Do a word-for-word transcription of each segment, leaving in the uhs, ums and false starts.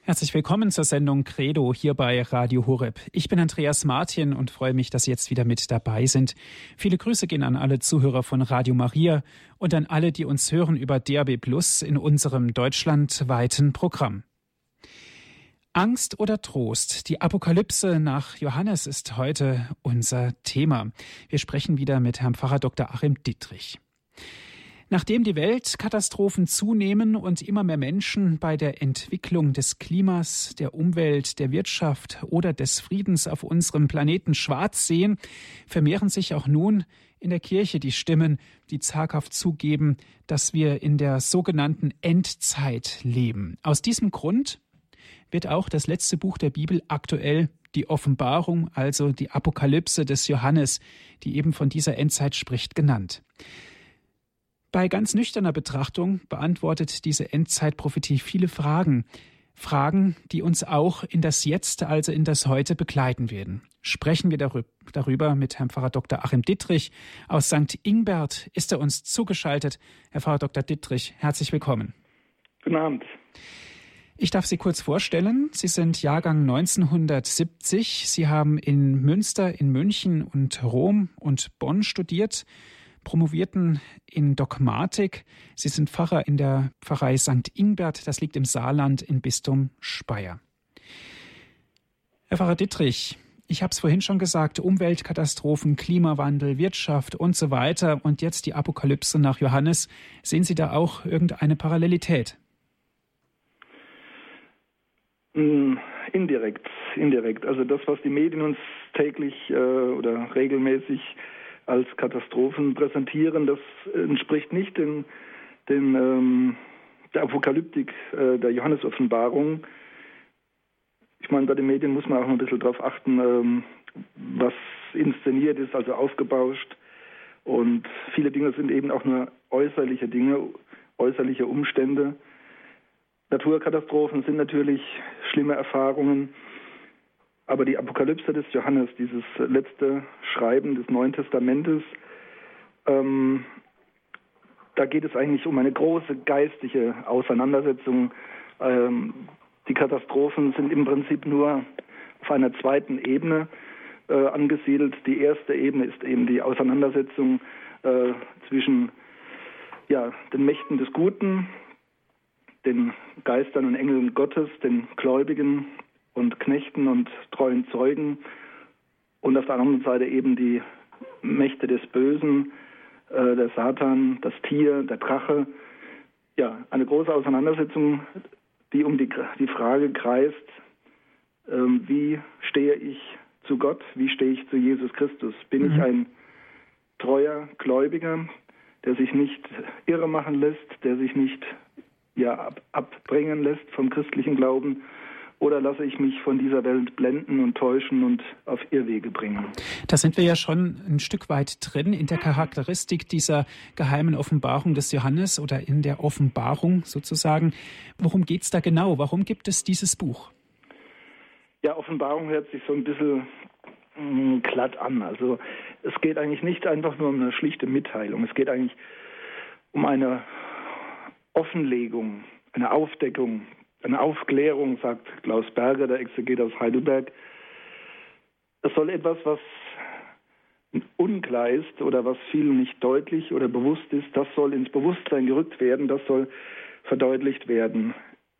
Herzlich willkommen zur Sendung Credo hier bei Radio Horeb. Ich bin Andreas Martin und freue mich, dass Sie jetzt wieder mit dabei sind. Viele Grüße gehen an alle Zuhörer von Radio Maria und an alle, die uns hören über D A B Plus in unserem deutschlandweiten Programm. Angst oder Trost? Die Apokalypse nach Johannes ist heute unser Thema. Wir sprechen wieder mit Herrn Pfarrer Doktor Achim Dittrich. Nachdem die Weltkatastrophen zunehmen und immer mehr Menschen bei der Entwicklung des Klimas, der Umwelt, der Wirtschaft oder des Friedens auf unserem Planeten schwarz sehen, vermehren sich auch nun in der Kirche die Stimmen, die zaghaft zugeben, dass wir in der sogenannten Endzeit leben. Aus diesem Grund wird auch das letzte Buch der Bibel aktuell die Offenbarung, also die Apokalypse des Johannes, die eben von dieser Endzeit spricht, genannt. Bei ganz nüchterner Betrachtung beantwortet diese Endzeitprophetie viele Fragen. Fragen, die uns auch in das Jetzt, also in das Heute begleiten werden. Sprechen wir darüber mit Herrn Pfarrer Doktor Achim Dittrich. Aus Sankt Ingbert ist er uns zugeschaltet. Herr Pfarrer Doktor Dittrich, herzlich willkommen. Guten Abend. Ich darf Sie kurz vorstellen. Sie sind Jahrgang neunzehnhundertsiebzig. Sie haben in Münster, in München und Rom und Bonn studiert, promovierten in Dogmatik. Sie sind Pfarrer in der Pfarrei Sankt Ingbert, das liegt im Saarland im Bistum Speyer. Herr Pfarrer Dittrich, ich habe es vorhin schon gesagt, Umweltkatastrophen, Klimawandel, Wirtschaft und so weiter und jetzt die Apokalypse nach Johannes. Sehen Sie da auch irgendeine Parallelität? Indirekt, indirekt. Also das, was die Medien uns täglich äh, oder regelmäßig als Katastrophen präsentieren, das entspricht nicht den, den, ähm, der Apokalyptik äh, der Johannes-Offenbarung. Ich meine, bei den Medien muss man auch ein bisschen darauf achten, ähm, was inszeniert ist, also aufgebauscht. Und viele Dinge sind eben auch nur äußerliche Dinge, äußerliche Umstände. Naturkatastrophen sind natürlich schlimme Erfahrungen. Aber die Apokalypse des Johannes, dieses letzte Schreiben des Neuen Testamentes, ähm, da geht es eigentlich um eine große geistige Auseinandersetzung. Ähm, die Katastrophen sind im Prinzip nur auf einer zweiten Ebene äh, angesiedelt. Die erste Ebene ist eben die Auseinandersetzung äh, zwischen ja, den Mächten des Guten, den Geistern und Engeln Gottes, den Gläubigen und Knechten und treuen Zeugen und auf der anderen Seite eben die Mächte des Bösen, äh, der Satan, das Tier, der Drache. Ja, eine große Auseinandersetzung, die um die, die Frage kreist, äh, wie stehe ich zu Gott, wie stehe ich zu Jesus Christus? Bin mhm. ich ein treuer Gläubiger, der sich nicht irre machen lässt, der sich nicht ja, ab, abbringen lässt vom christlichen Glauben? Oder lasse ich mich von dieser Welt blenden und täuschen und auf Irrwege bringen? Da sind wir ja schon ein Stück weit drin in der Charakteristik dieser geheimen Offenbarung des Johannes oder in der Offenbarung sozusagen. Worum geht es da genau? Warum gibt es dieses Buch? Ja, Offenbarung hört sich so ein bisschen mh, glatt an. Also es geht eigentlich nicht einfach nur um eine schlichte Mitteilung. Es geht eigentlich um eine Offenlegung, eine Aufdeckung, eine Aufklärung, sagt Klaus Berger, der Exeget aus Heidelberg. Es soll etwas, was unklar ist oder was vielen nicht deutlich oder bewusst ist, das soll ins Bewusstsein gerückt werden, das soll verdeutlicht werden.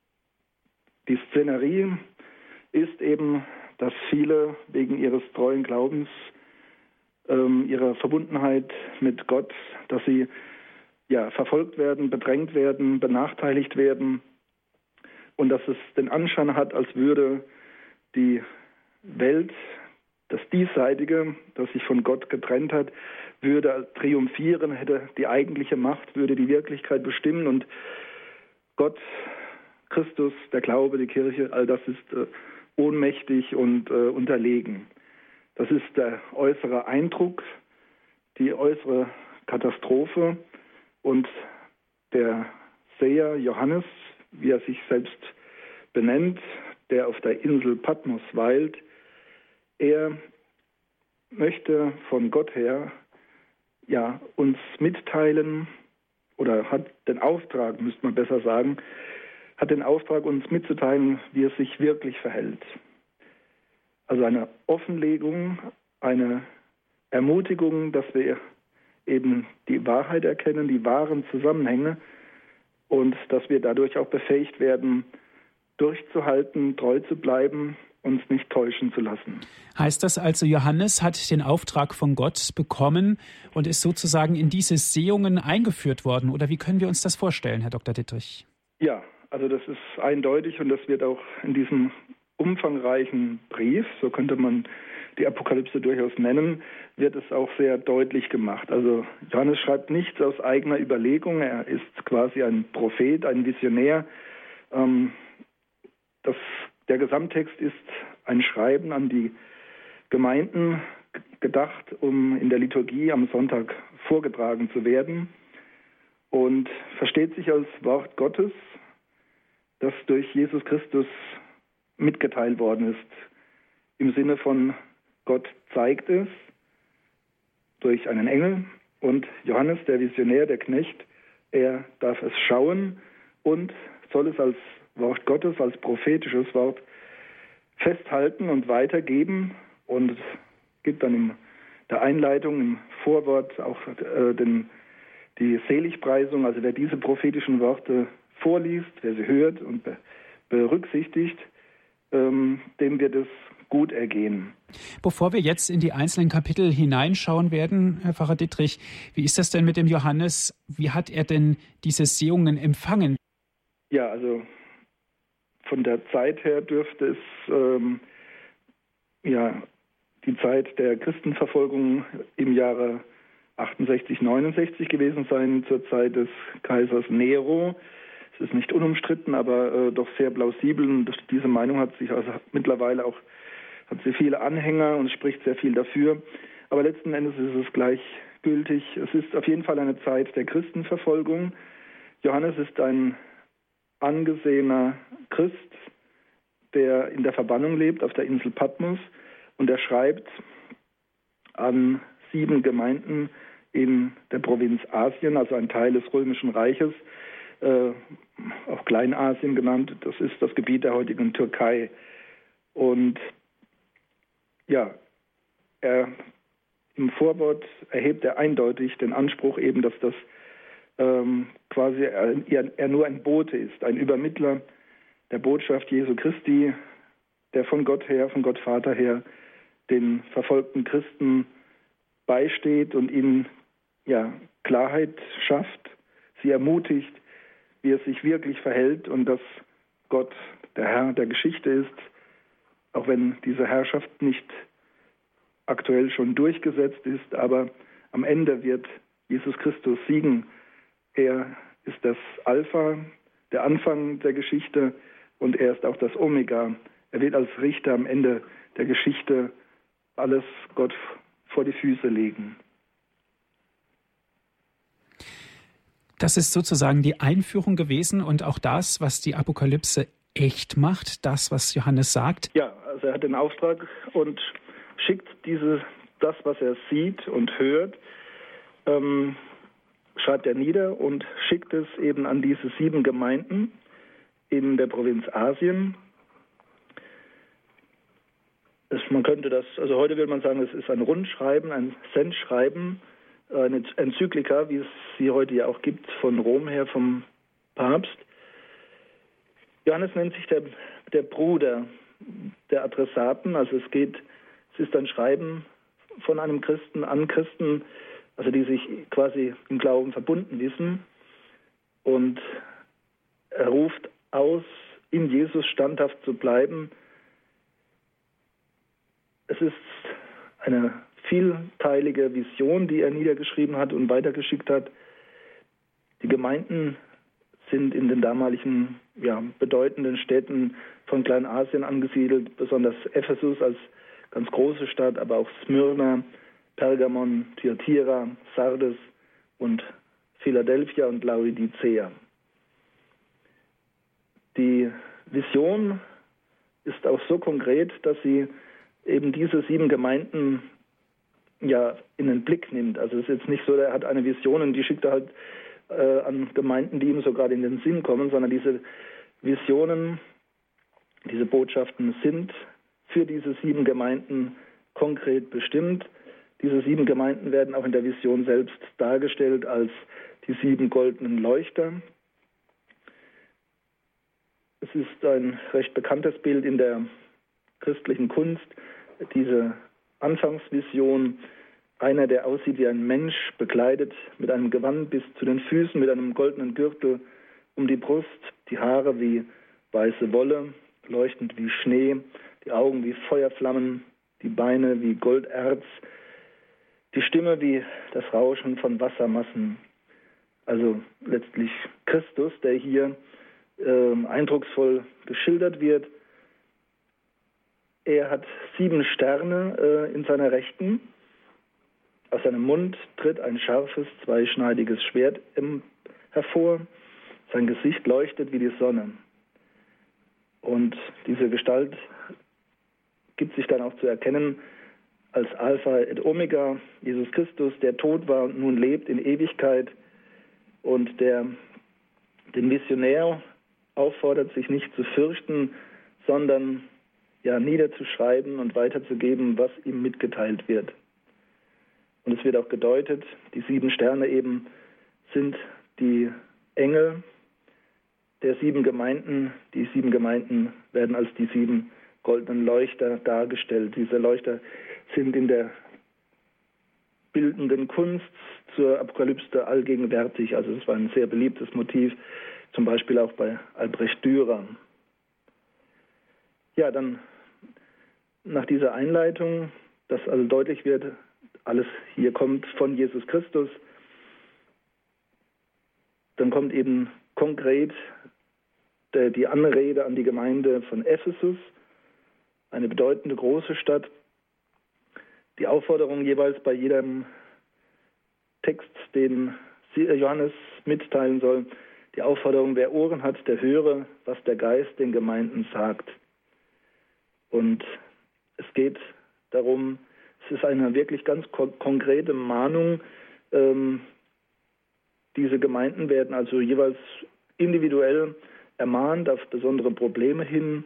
Die Szenerie ist eben, dass viele wegen ihres treuen Glaubens, ähm, ihrer Verbundenheit mit Gott, dass sie ja, verfolgt werden, bedrängt werden, benachteiligt werden und dass es den Anschein hat, als würde die Welt, das Diesseitige, das sich von Gott getrennt hat, würde triumphieren, hätte die eigentliche Macht, würde die Wirklichkeit bestimmen und Gott, Christus, der Glaube, die Kirche, all das ist äh, ohnmächtig und äh, unterlegen. Das ist der äußere Eindruck, die äußere Katastrophe. Und der Seher Johannes, wie er sich selbst benennt, der auf der Insel Patmos weilt, er möchte von Gott her ja, uns mitteilen oder hat den Auftrag, müsste man besser sagen, hat den Auftrag, uns mitzuteilen, wie es sich wirklich verhält. Also eine Offenlegung, eine Ermutigung, dass wir eben die Wahrheit erkennen, die wahren Zusammenhänge und dass wir dadurch auch befähigt werden, durchzuhalten, treu zu bleiben, uns nicht täuschen zu lassen. Heißt das also, Johannes hat den Auftrag von Gott bekommen und ist sozusagen in diese Sehungen eingeführt worden? Oder wie können wir uns das vorstellen, Herr Doktor Dittrich? Ja, also das ist eindeutig und das wird auch in diesem umfangreichen Brief, so könnte man die Apokalypse durchaus nennen, wird es auch sehr deutlich gemacht. Also Johannes schreibt nichts aus eigener Überlegung, er ist quasi ein Prophet, ein Visionär. Ähm, das, der Gesamttext ist ein Schreiben an die Gemeinden gedacht, um in der Liturgie am Sonntag vorgetragen zu werden und versteht sich als Wort Gottes, das durch Jesus Christus mitgeteilt worden ist, im Sinne von Gott zeigt es durch einen Engel und Johannes, der Visionär, der Knecht, er darf es schauen und soll es als Wort Gottes, als prophetisches Wort festhalten und weitergeben und gibt dann in der Einleitung, im Vorwort auch äh, den, die Seligpreisung, also wer diese prophetischen Worte vorliest, wer sie hört und be- berücksichtigt, ähm, dem wird es gut ergehen. Bevor wir jetzt in die einzelnen Kapitel hineinschauen werden, Herr Pfarrer Dittrich, wie ist das denn mit dem Johannes? Wie hat er denn diese Sehungen empfangen? Ja, also von der Zeit her dürfte es ähm, ja die Zeit der Christenverfolgung im Jahre achtundsechzig, neunundsechzig gewesen sein, zur Zeit des Kaisers Nero. Es ist nicht unumstritten, aber äh, doch sehr plausibel. Und diese Meinung hat sich also mittlerweile auch hat sie viele Anhänger und spricht sehr viel dafür. Aber letzten Endes ist es gleichgültig. Es ist auf jeden Fall eine Zeit der Christenverfolgung. Johannes ist ein angesehener Christ, der in der Verbannung lebt auf der Insel Patmos. Und er schreibt an sieben Gemeinden in der Provinz Asien, also ein Teil des Römischen Reiches, äh, auch Kleinasien genannt. Das ist das Gebiet der heutigen Türkei. Und ja, er, im Vorwort erhebt er eindeutig den Anspruch eben, dass das ähm, quasi er, er nur ein Bote ist, ein Übermittler der Botschaft Jesu Christi, der von Gott her, von Gott Vater her, den verfolgten Christen beisteht und ihnen ja, Klarheit schafft, sie ermutigt, wie es sich wirklich verhält und dass Gott der Herr der Geschichte ist, auch wenn diese Herrschaft nicht aktuell schon durchgesetzt ist, aber am Ende wird Jesus Christus siegen. Er ist das Alpha, der Anfang der Geschichte und er ist auch das Omega. Er wird als Richter am Ende der Geschichte alles Gott vor die Füße legen. Das ist sozusagen die Einführung gewesen und auch das, was die Apokalypse echt macht, das, was Johannes sagt. Ja, also er hat den Auftrag und schickt diese, das, was er sieht und hört, ähm, schreibt er nieder und schickt es eben an diese sieben Gemeinden in der Provinz Asien. Es, man könnte das, also heute würde man sagen, es ist ein Rundschreiben, ein Sendschreiben, eine Enzyklika, wie es sie heute ja auch gibt, von Rom her, vom Papst. Johannes nennt sich der, der Bruder der Adressaten, also es geht, es ist ein Schreiben von einem Christen an Christen, also die sich quasi im Glauben verbunden wissen, und er ruft aus, in Jesus standhaft zu bleiben. Es ist eine vielteilige Vision, die er niedergeschrieben hat und weitergeschickt hat. Die Gemeinden sind in den damaligen ja, bedeutenden Städten von Kleinasien angesiedelt, besonders Ephesus als ganz große Stadt, aber auch Smyrna, Pergamon, Thyatira, Sardes und Philadelphia und Laodicea. Die Vision ist auch so konkret, dass sie eben diese sieben Gemeinden ja in den Blick nimmt. Also es ist jetzt nicht so, er hat eine Vision und die schickt er halt äh, an Gemeinden, die ihm so gerade in den Sinn kommen, sondern diese Visionen, diese Botschaften sind für diese sieben Gemeinden konkret bestimmt. Diese sieben Gemeinden werden auch in der Vision selbst dargestellt als die sieben goldenen Leuchter. Es ist ein recht bekanntes Bild in der christlichen Kunst, diese Anfangsvision, einer, der aussieht wie ein Mensch, bekleidet mit einem Gewand bis zu den Füßen, mit einem goldenen Gürtel um die Brust, die Haare wie weiße Wolle, leuchtend wie Schnee, die Augen wie Feuerflammen, die Beine wie Golderz, die Stimme wie das Rauschen von Wassermassen. Also letztlich Christus, der hier äh, eindrucksvoll geschildert wird. Er hat sieben Sterne äh, in seiner Rechten. Aus seinem Mund tritt ein scharfes, zweischneidiges Schwert im, hervor. Sein Gesicht leuchtet wie die Sonne. Und diese Gestalt gibt sich dann auch zu erkennen als Alpha et Omega, Jesus Christus, der tot war und nun lebt in Ewigkeit und der den Missionär auffordert, sich nicht zu fürchten, sondern ja niederzuschreiben und weiterzugeben, was ihm mitgeteilt wird. Und es wird auch gedeutet, die sieben Sterne eben sind die Engel der sieben Gemeinden. Die sieben Gemeinden werden als die sieben goldenen Leuchter dargestellt. Diese Leuchter sind in der bildenden Kunst zur Apokalypse allgegenwärtig. Also es war ein sehr beliebtes Motiv, zum Beispiel auch bei Albrecht Dürer. Ja, dann nach dieser Einleitung, dass also deutlich wird, alles hier kommt von Jesus Christus, dann kommt eben konkret der, die Anrede an die Gemeinde von Ephesus, eine bedeutende große Stadt. Die Aufforderung jeweils bei jedem Text, den Johannes mitteilen soll, die Aufforderung, wer Ohren hat, der höre, was der Geist den Gemeinden sagt. Und es geht darum, es ist eine wirklich ganz ko- konkrete Mahnung. Ähm, diese Gemeinden werden also jeweils individuell ermahnt auf besondere Probleme hin.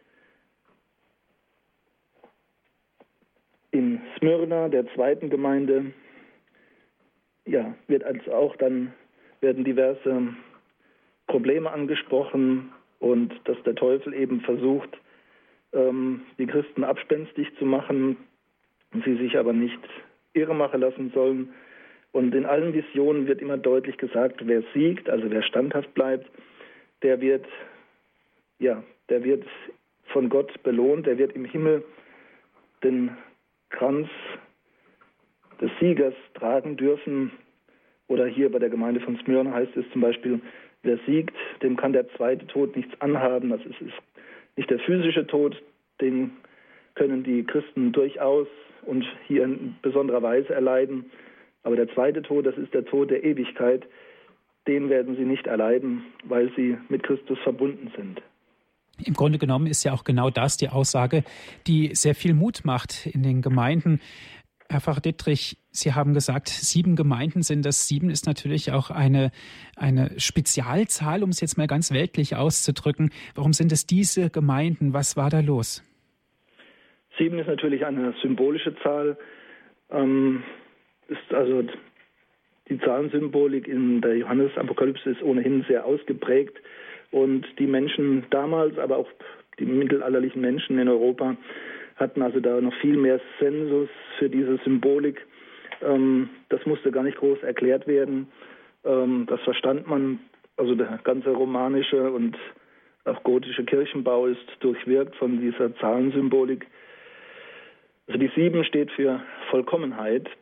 In Smyrna, der zweiten Gemeinde, ja, wird also auch dann werden diverse Probleme angesprochen und dass der Teufel eben versucht, ähm, die Christen abspenstig zu machen, sie sich aber nicht irre machen lassen sollen. Und in allen Visionen wird immer deutlich gesagt, wer siegt, also wer standhaft bleibt, der wird, ja, der wird von Gott belohnt, der wird im Himmel den Kranz des Siegers tragen dürfen. Oder hier bei der Gemeinde von Smyrna heißt es zum Beispiel, wer siegt, dem kann der zweite Tod nichts anhaben. Das ist, ist nicht der physische Tod, den können die Christen durchaus und hier in besonderer Weise erleiden. Aber der zweite Tod, das ist der Tod der Ewigkeit, den werden sie nicht erleiden, weil sie mit Christus verbunden sind. Im Grunde genommen ist ja auch genau das die Aussage, die sehr viel Mut macht in den Gemeinden. Herr Pfarrer Dittrich, Sie haben gesagt, sieben Gemeinden sind das. Sieben ist natürlich auch eine, eine Spezialzahl, um es jetzt mal ganz weltlich auszudrücken. Warum sind es diese Gemeinden? Was war da los? Sieben ist natürlich eine symbolische Zahl. Ähm, ist also die Zahlensymbolik in der Johannesapokalypse ist ohnehin sehr ausgeprägt. Und die Menschen damals, aber auch die mittelalterlichen Menschen in Europa, hatten also da noch viel mehr Sensus für diese Symbolik. Ähm, das musste gar nicht groß erklärt werden. Ähm, das verstand man. Also der ganze romanische und auch gotische Kirchenbau ist durchwirkt von dieser Zahlensymbolik. Also die sieben steht für Vollkommenheit.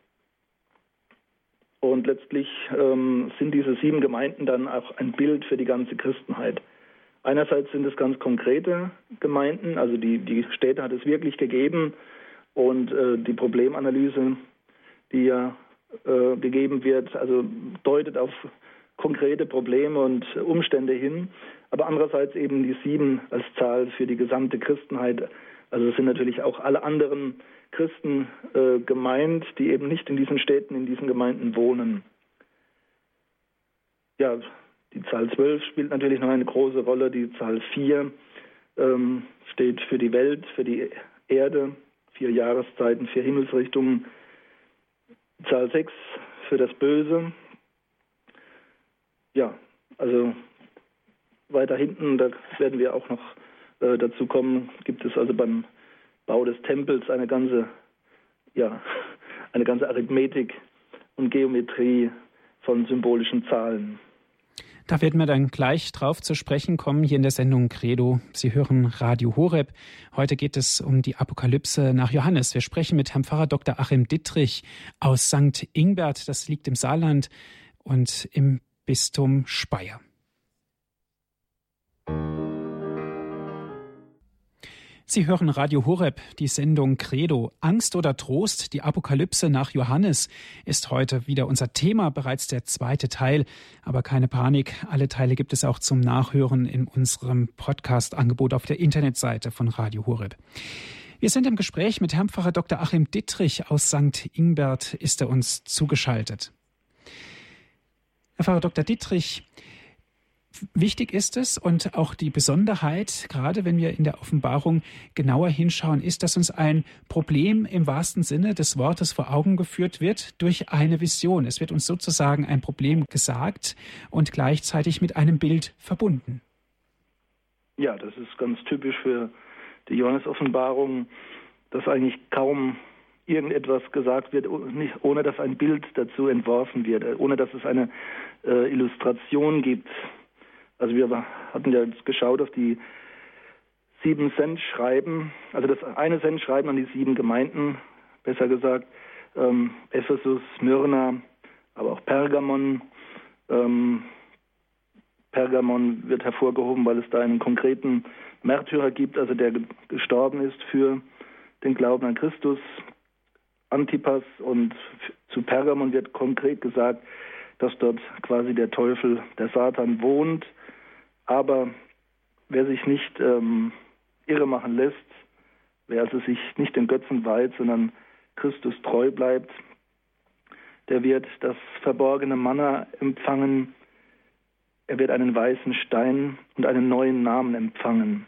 Und letztlich ähm, sind diese sieben Gemeinden dann auch ein Bild für die ganze Christenheit. Einerseits sind es ganz konkrete Gemeinden, also die, die Städte hat es wirklich gegeben und äh, die Problemanalyse, die ja äh, gegeben wird, also deutet auf konkrete Probleme und Umstände hin. Aber andererseits eben die sieben als Zahl für die gesamte Christenheit. Also es sind natürlich auch alle anderen Christen äh, gemeint, die eben nicht in diesen Städten, in diesen Gemeinden wohnen. Ja, Die Zahl zwölf spielt natürlich noch eine große Rolle. Die Zahl vier ähm, steht für die Welt, für die Erde, vier Jahreszeiten, vier Himmelsrichtungen. Die Zahl sechs für das Böse. Ja, also weiter hinten, da werden wir auch noch äh, dazu kommen, gibt es also beim Bau des Tempels eine ganze, ja, eine ganze Arithmetik und Geometrie von symbolischen Zahlen. Da werden wir dann gleich drauf zu sprechen kommen, hier in der Sendung Credo. Sie hören Radio Horeb. Heute geht es um die Apokalypse nach Johannes. Wir sprechen mit Herrn Pfarrer Doktor Achim Dittrich aus Sankt Ingbert. Das liegt im Saarland und im Bistum Speyer. Sie hören Radio Horeb, die Sendung Credo. Angst oder Trost, die Apokalypse nach Johannes ist heute wieder unser Thema, bereits der zweite Teil. Aber keine Panik, alle Teile gibt es auch zum Nachhören in unserem Podcast-Angebot auf der Internetseite von Radio Horeb. Wir sind im Gespräch mit Herrn Pfarrer Doktor Achim Dittrich aus Sankt Ingbert, ist er uns zugeschaltet. Herr Pfarrer Doktor Dittrich, wichtig ist es und auch die Besonderheit, gerade wenn wir in der Offenbarung genauer hinschauen, ist, dass uns ein Problem im wahrsten Sinne des Wortes vor Augen geführt wird durch eine Vision. Es wird uns sozusagen ein Problem gesagt und gleichzeitig mit einem Bild verbunden. Ja, das ist ganz typisch für die Johannes-Offenbarung, dass eigentlich kaum irgendetwas gesagt wird, ohne dass ein Bild dazu entworfen wird, ohne dass es eine äh, Illustration gibt. Also wir hatten ja jetzt geschaut auf die sieben Sendschreiben, also das eine Sendschreiben an die sieben Gemeinden, besser gesagt, ähm, Ephesus, Smyrna, aber auch Pergamon. Ähm, Pergamon wird hervorgehoben, weil es da einen konkreten Märtyrer gibt, also der gestorben ist für den Glauben an Christus. Antipas, und zu Pergamon wird konkret gesagt, dass dort quasi der Teufel, der Satan wohnt. Aber wer sich nicht ähm, irre machen lässt, wer also sich nicht den Götzen weiht, sondern Christus treu bleibt, der wird das verborgene Manna empfangen. Er wird einen weißen Stein und einen neuen Namen empfangen.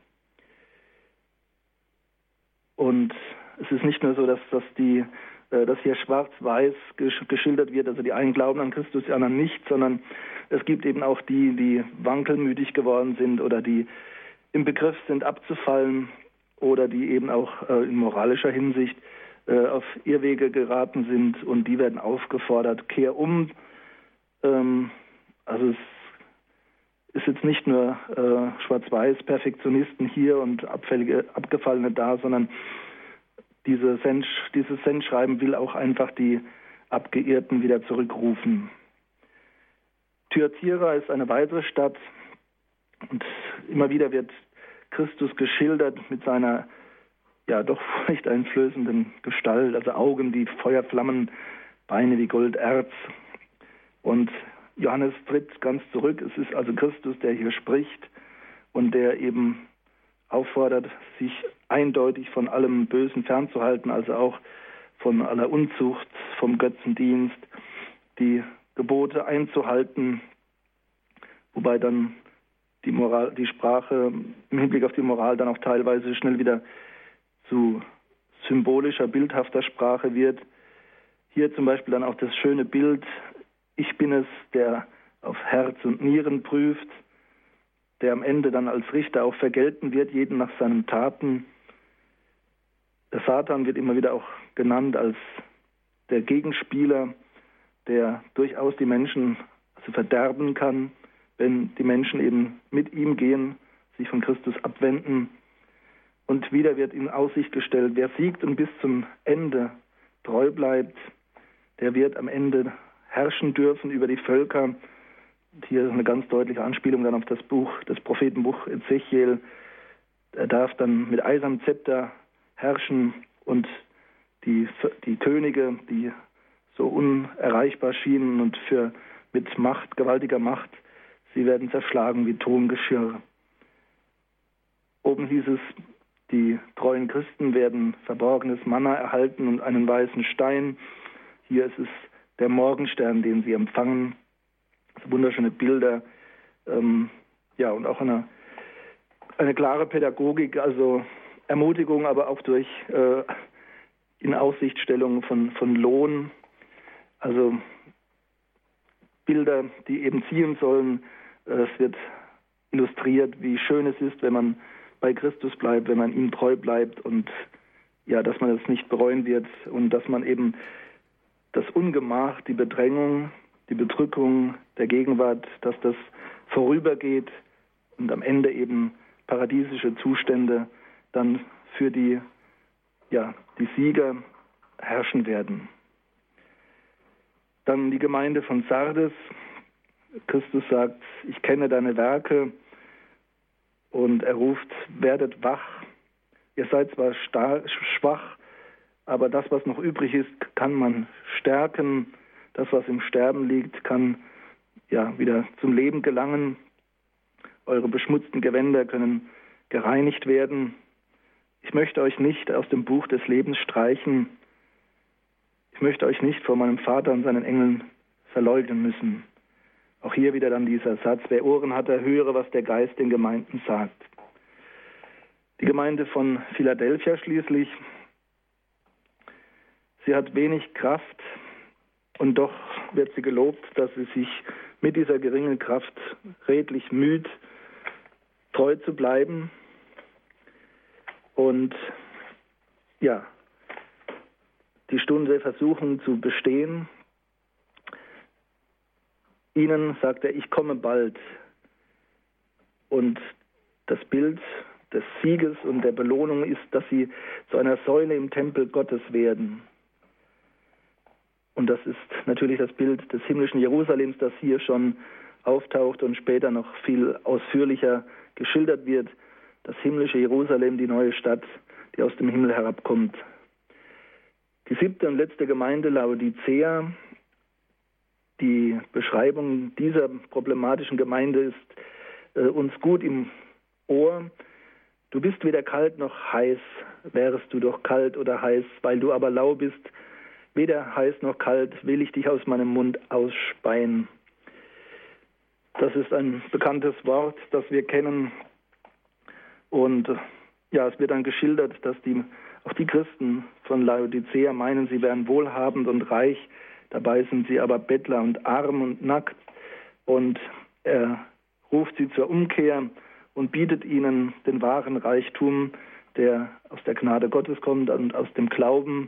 Und es ist nicht nur so, dass, dass, die, äh, dass hier schwarz-weiß gesch- geschildert wird, also die einen glauben an Christus, die anderen nicht, sondern es gibt eben auch die, die wankelmütig geworden sind oder die im Begriff sind abzufallen oder die eben auch äh, in moralischer Hinsicht äh, auf Irrwege geraten sind, und die werden aufgefordert, kehr um. Ähm, also es ist jetzt nicht nur äh, Schwarz-Weiß-Perfektionisten hier und abfällige, Abgefallene da, sondern diese Send, dieses Sendschreiben will auch einfach die Abgeirrten wieder zurückrufen. Thyatira ist eine weitere Stadt, und immer wieder wird Christus geschildert mit seiner ja doch furchteinflößenden Gestalt, also Augen, die Feuerflammen, Beine wie Golderz. Und Johannes tritt ganz zurück. Es ist also Christus, der hier spricht und der eben auffordert, sich eindeutig von allem Bösen fernzuhalten, also auch von aller Unzucht, vom Götzendienst, die Gebote einzuhalten, wobei dann die Moral, die Sprache im Hinblick auf die Moral dann auch teilweise schnell wieder zu symbolischer, bildhafter Sprache wird. Hier zum Beispiel dann auch das schöne Bild: Ich bin es, der auf Herz und Nieren prüft, der am Ende dann als Richter auch vergelten wird, jeden nach seinen Taten. Der Satan wird immer wieder auch genannt als der Gegenspieler, der durchaus die Menschen also verderben kann, wenn die Menschen eben mit ihm gehen, sich von Christus abwenden. Und wieder wird in Aussicht gestellt, wer siegt und bis zum Ende treu bleibt, der wird am Ende herrschen dürfen über die Völker. Hier ist eine ganz deutliche Anspielung dann auf das Buch, das Prophetenbuch Ezechiel. Er darf dann mit eisernem Zepter herrschen, und die, die Könige, die so unerreichbar schienen und für mit Macht, gewaltiger Macht, sie werden zerschlagen wie Tongeschirr. Oben hieß es, die treuen Christen werden verborgenes Manna erhalten und einen weißen Stein. Hier ist es der Morgenstern, den sie empfangen. Also wunderschöne Bilder, ähm, ja, und auch eine, eine klare Pädagogik, also Ermutigung, aber auch durch äh, Inaussichtstellung von, von Lohn, also Bilder, die eben ziehen sollen. Es wird illustriert, wie schön es ist, wenn man bei Christus bleibt, wenn man ihm treu bleibt und ja, dass man es nicht bereuen wird und dass man eben das Ungemach, die Bedrängung, die Bedrückung der Gegenwart, dass das vorübergeht und am Ende eben paradiesische Zustände dann für die, ja, die Sieger herrschen werden. Dann die Gemeinde von Sardes. Christus sagt, ich kenne deine Werke, und er ruft, werdet wach. Ihr seid zwar star- schwach, aber das, was noch übrig ist, kann man stärken. Das, was im Sterben liegt, kann ja wieder zum Leben gelangen. Eure beschmutzten Gewänder können gereinigt werden. Ich möchte euch nicht aus dem Buch des Lebens streichen. Ich möchte euch nicht vor meinem Vater und seinen Engeln verleugnen müssen. Auch hier wieder dann dieser Satz, wer Ohren hat, der höre, was der Geist den Gemeinden sagt. Die Gemeinde von Philadelphia schließlich, sie hat wenig Kraft und doch wird sie gelobt, dass sie sich mit dieser geringen Kraft redlich müht, treu zu bleiben und ja, die Stunde versuchen zu bestehen. Ihnen sagt er, ich komme bald. Und das Bild des Sieges und der Belohnung ist, dass sie zu einer Säule im Tempel Gottes werden. Und das ist natürlich das Bild des himmlischen Jerusalems, das hier schon auftaucht und später noch viel ausführlicher geschildert wird. Das himmlische Jerusalem, die neue Stadt, die aus dem Himmel herabkommt. Die siebte und letzte Gemeinde, Laodicea, die Beschreibung dieser problematischen Gemeinde ist äh, uns gut im Ohr. Du bist weder kalt noch heiß, wärest du doch kalt oder heiß, weil du aber lau bist, weder heiß noch kalt, will ich dich aus meinem Mund ausspeien. Das ist ein bekanntes Wort, das wir kennen. Und ja, es wird dann geschildert, dass die, auch die Christen von Laodicea meinen, sie wären wohlhabend und reich. Dabei sind sie aber Bettler und arm und nackt. Und er ruft sie zur Umkehr und bietet ihnen den wahren Reichtum, der aus der Gnade Gottes kommt und aus dem Glauben.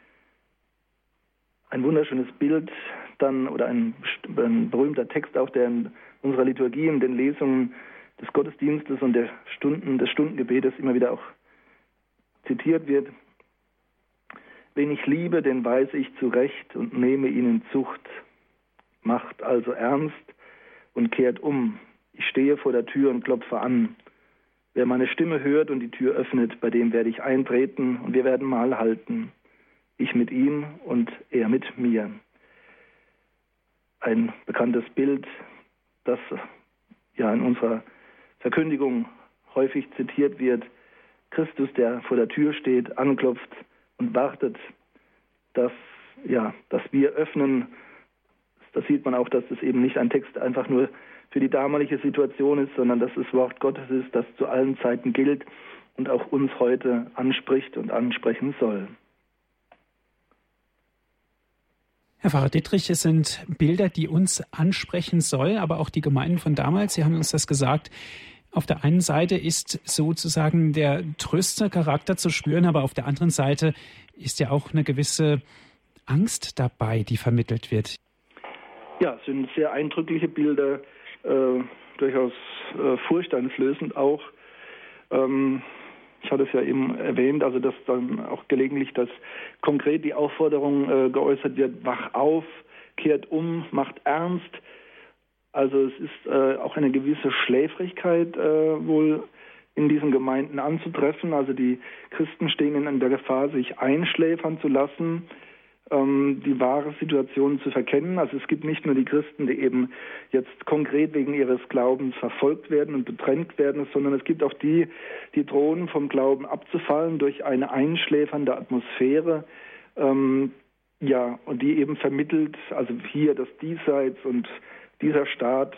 Ein wunderschönes Bild dann oder ein, ein berühmter Text auch, der in unserer Liturgie, in den Lesungen des Gottesdienstes und der Stunden, des Stundengebetes immer wieder auch zitiert wird. Wen ich liebe, den weise ich zurecht und nehme ihn in Zucht. Macht also ernst und kehrt um. Ich stehe vor der Tür und klopfe an. Wer meine Stimme hört und die Tür öffnet, bei dem werde ich eintreten und wir werden Mahl halten. Ich mit ihm und er mit mir. Ein bekanntes Bild, das ja in unserer Verkündigung häufig zitiert wird. Christus, der vor der Tür steht, anklopft und wartet, dass, ja, dass wir öffnen. Da sieht man auch, dass das eben nicht ein Text einfach nur für die damalige Situation ist, sondern dass das Wort Gottes ist, das zu allen Zeiten gilt und auch uns heute anspricht und ansprechen soll. Herr Pfarrer Dittrich, es sind Bilder, die uns ansprechen sollen, aber auch die Gemeinden von damals, Sie haben uns das gesagt. Auf der einen Seite ist sozusagen der Tröstercharakter zu spüren, aber auf der anderen Seite ist ja auch eine gewisse Angst dabei, die vermittelt wird. Ja, es sind sehr eindrückliche Bilder, äh, durchaus äh, furchteinflößend auch. Ähm, ich hatte es ja eben erwähnt, also dass dann auch gelegentlich das konkret die Aufforderung äh, geäußert wird, wach auf, kehrt um, macht ernst. Also es ist äh, auch eine gewisse Schläfrigkeit äh, wohl in diesen Gemeinden anzutreffen. Also die Christen stehen in der Gefahr, sich einschläfern zu lassen, ähm, die wahre Situation zu verkennen. Also es gibt nicht nur die Christen, die eben jetzt konkret wegen ihres Glaubens verfolgt werden und bedrängt werden, sondern es gibt auch die, die drohen, vom Glauben abzufallen durch eine einschläfernde Atmosphäre, ähm, ja, und die eben vermittelt, also hier das Diesseits und dieser Staat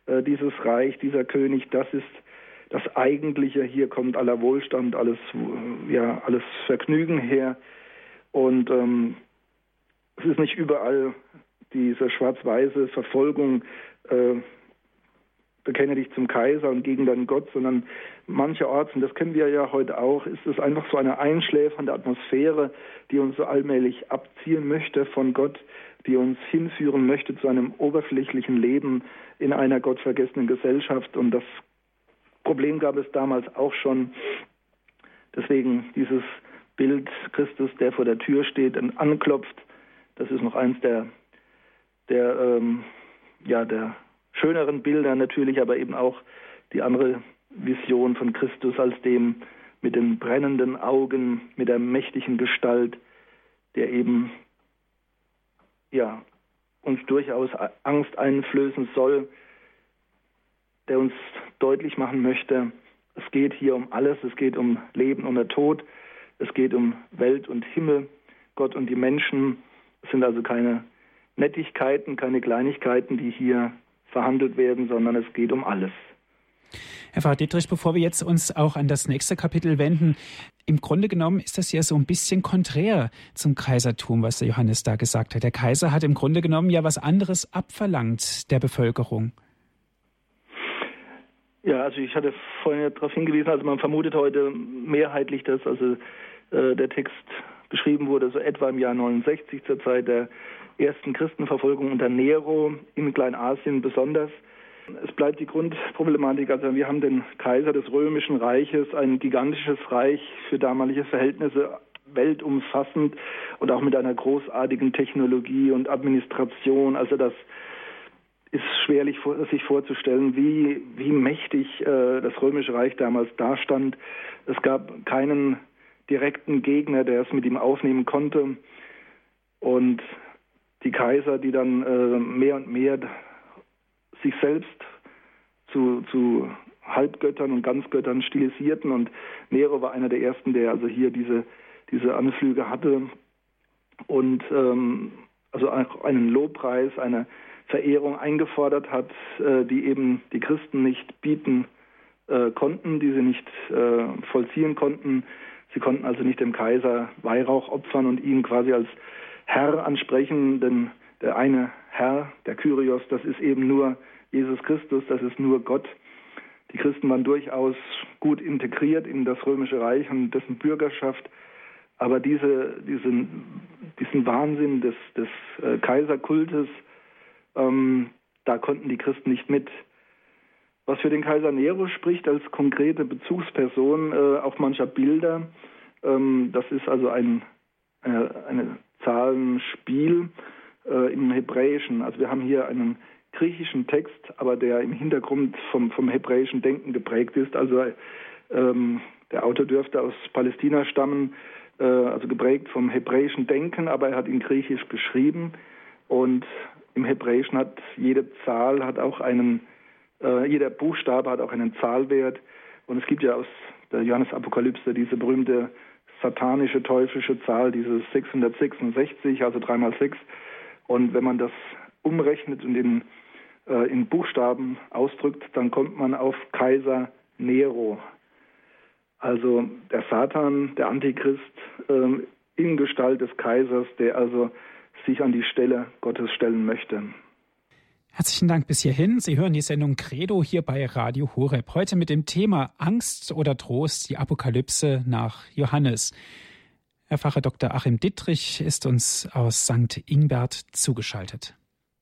äh, dieses Reich, dieser König, das ist das Eigentliche. Hier kommt aller Wohlstand, alles, ja, alles Vergnügen her. Und ähm, es ist nicht überall diese schwarz-weiße Verfolgung, äh, bekenne dich zum Kaiser und gegen deinen Gott, sondern mancherorts, und das kennen wir ja heute auch, ist es einfach so eine einschläfernde Atmosphäre, die uns so allmählich abziehen möchte von Gott, die uns hinführen möchte zu einem oberflächlichen Leben in einer gottvergessenen Gesellschaft. Und das Problem gab es damals auch schon. Deswegen dieses Bild Christus, der vor der Tür steht und anklopft, das ist noch eins der, der, ähm, ja, der schöneren Bilder natürlich, aber eben auch die andere Vision von Christus als dem mit den brennenden Augen, mit der mächtigen Gestalt, der eben ja, uns durchaus Angst einflößen soll, der uns deutlich machen möchte, es geht hier um alles, es geht um Leben und Tod, es geht um Welt und Himmel, Gott und die Menschen. Es sind also keine Nettigkeiten, keine Kleinigkeiten, die hier verhandelt werden, sondern es geht um alles. Herr Pfarrer Dittrich, bevor wir jetzt uns auch an das nächste Kapitel wenden, im Grunde genommen ist das ja so ein bisschen konträr zum Kaisertum, was der Johannes da gesagt hat. Der Kaiser hat im Grunde genommen ja was anderes abverlangt der Bevölkerung. Ja, also ich hatte vorhin ja darauf hingewiesen, also man vermutet heute mehrheitlich, dass also äh, der Text geschrieben wurde, so etwa im Jahr neunundsechzig zur Zeit der ersten Christenverfolgung unter Nero, in Kleinasien besonders. Es bleibt die Grundproblematik, also wir haben den Kaiser des Römischen Reiches, ein gigantisches Reich für damalige Verhältnisse, weltumfassend und auch mit einer großartigen Technologie und Administration. Also das ist schwerlich vor, sich vorzustellen, wie, wie mächtig äh, das Römische Reich damals dastand. Es gab keinen direkten Gegner, der es mit ihm aufnehmen konnte. Und die Kaiser, die dann äh, mehr und mehr sich selbst zu, zu Halbgöttern und Ganzgöttern stilisierten. Und Nero war einer der ersten, der also hier diese, diese Anflüge hatte. Und ähm, also auch einen Lobpreis, eine Verehrung eingefordert hat, äh, die eben die Christen nicht bieten äh, konnten, die sie nicht äh, vollziehen konnten. Sie konnten also nicht dem Kaiser Weihrauch opfern und ihn quasi als Herr ansprechen, denn der eine Herr, der Kyrios, das ist eben nur Jesus Christus, das ist nur Gott. Die Christen waren durchaus gut integriert in das Römische Reich und dessen Bürgerschaft, aber diese, diesen, diesen Wahnsinn des, des äh, Kaiserkultes, ähm, da konnten die Christen nicht mit. Was für den Kaiser Nero spricht als konkrete Bezugsperson äh, auch mancher Bilder, ähm, das ist also ein äh, eine Zahlenspiel äh, im Hebräischen. Also wir haben hier einen griechischen Text, aber der im Hintergrund vom, vom hebräischen Denken geprägt ist. Also ähm, der Autor dürfte aus Palästina stammen, äh, also geprägt vom hebräischen Denken, aber er hat in Griechisch geschrieben. Und im Hebräischen hat jede Zahl hat auch einen, äh, jeder Buchstabe hat auch einen Zahlwert. Und es gibt ja aus der Johannes-Apokalypse diese berühmte satanische, teuflische Zahl, diese sechshundertsechsundsechzig, also drei mal sechs. Und wenn man das umrechnet und in, äh, in Buchstaben ausdrückt, dann kommt man auf Kaiser Nero. Also der Satan, der Antichrist, äh, in Gestalt des Kaisers, der also sich an die Stelle Gottes stellen möchte. Herzlichen Dank bis hierhin. Sie hören die Sendung Credo hier bei Radio Horeb. Heute mit dem Thema Angst oder Trost, die Apokalypse nach Johannes. Herr Pfarrer Doktor Achim Dittrich ist uns aus Sankt Ingbert zugeschaltet.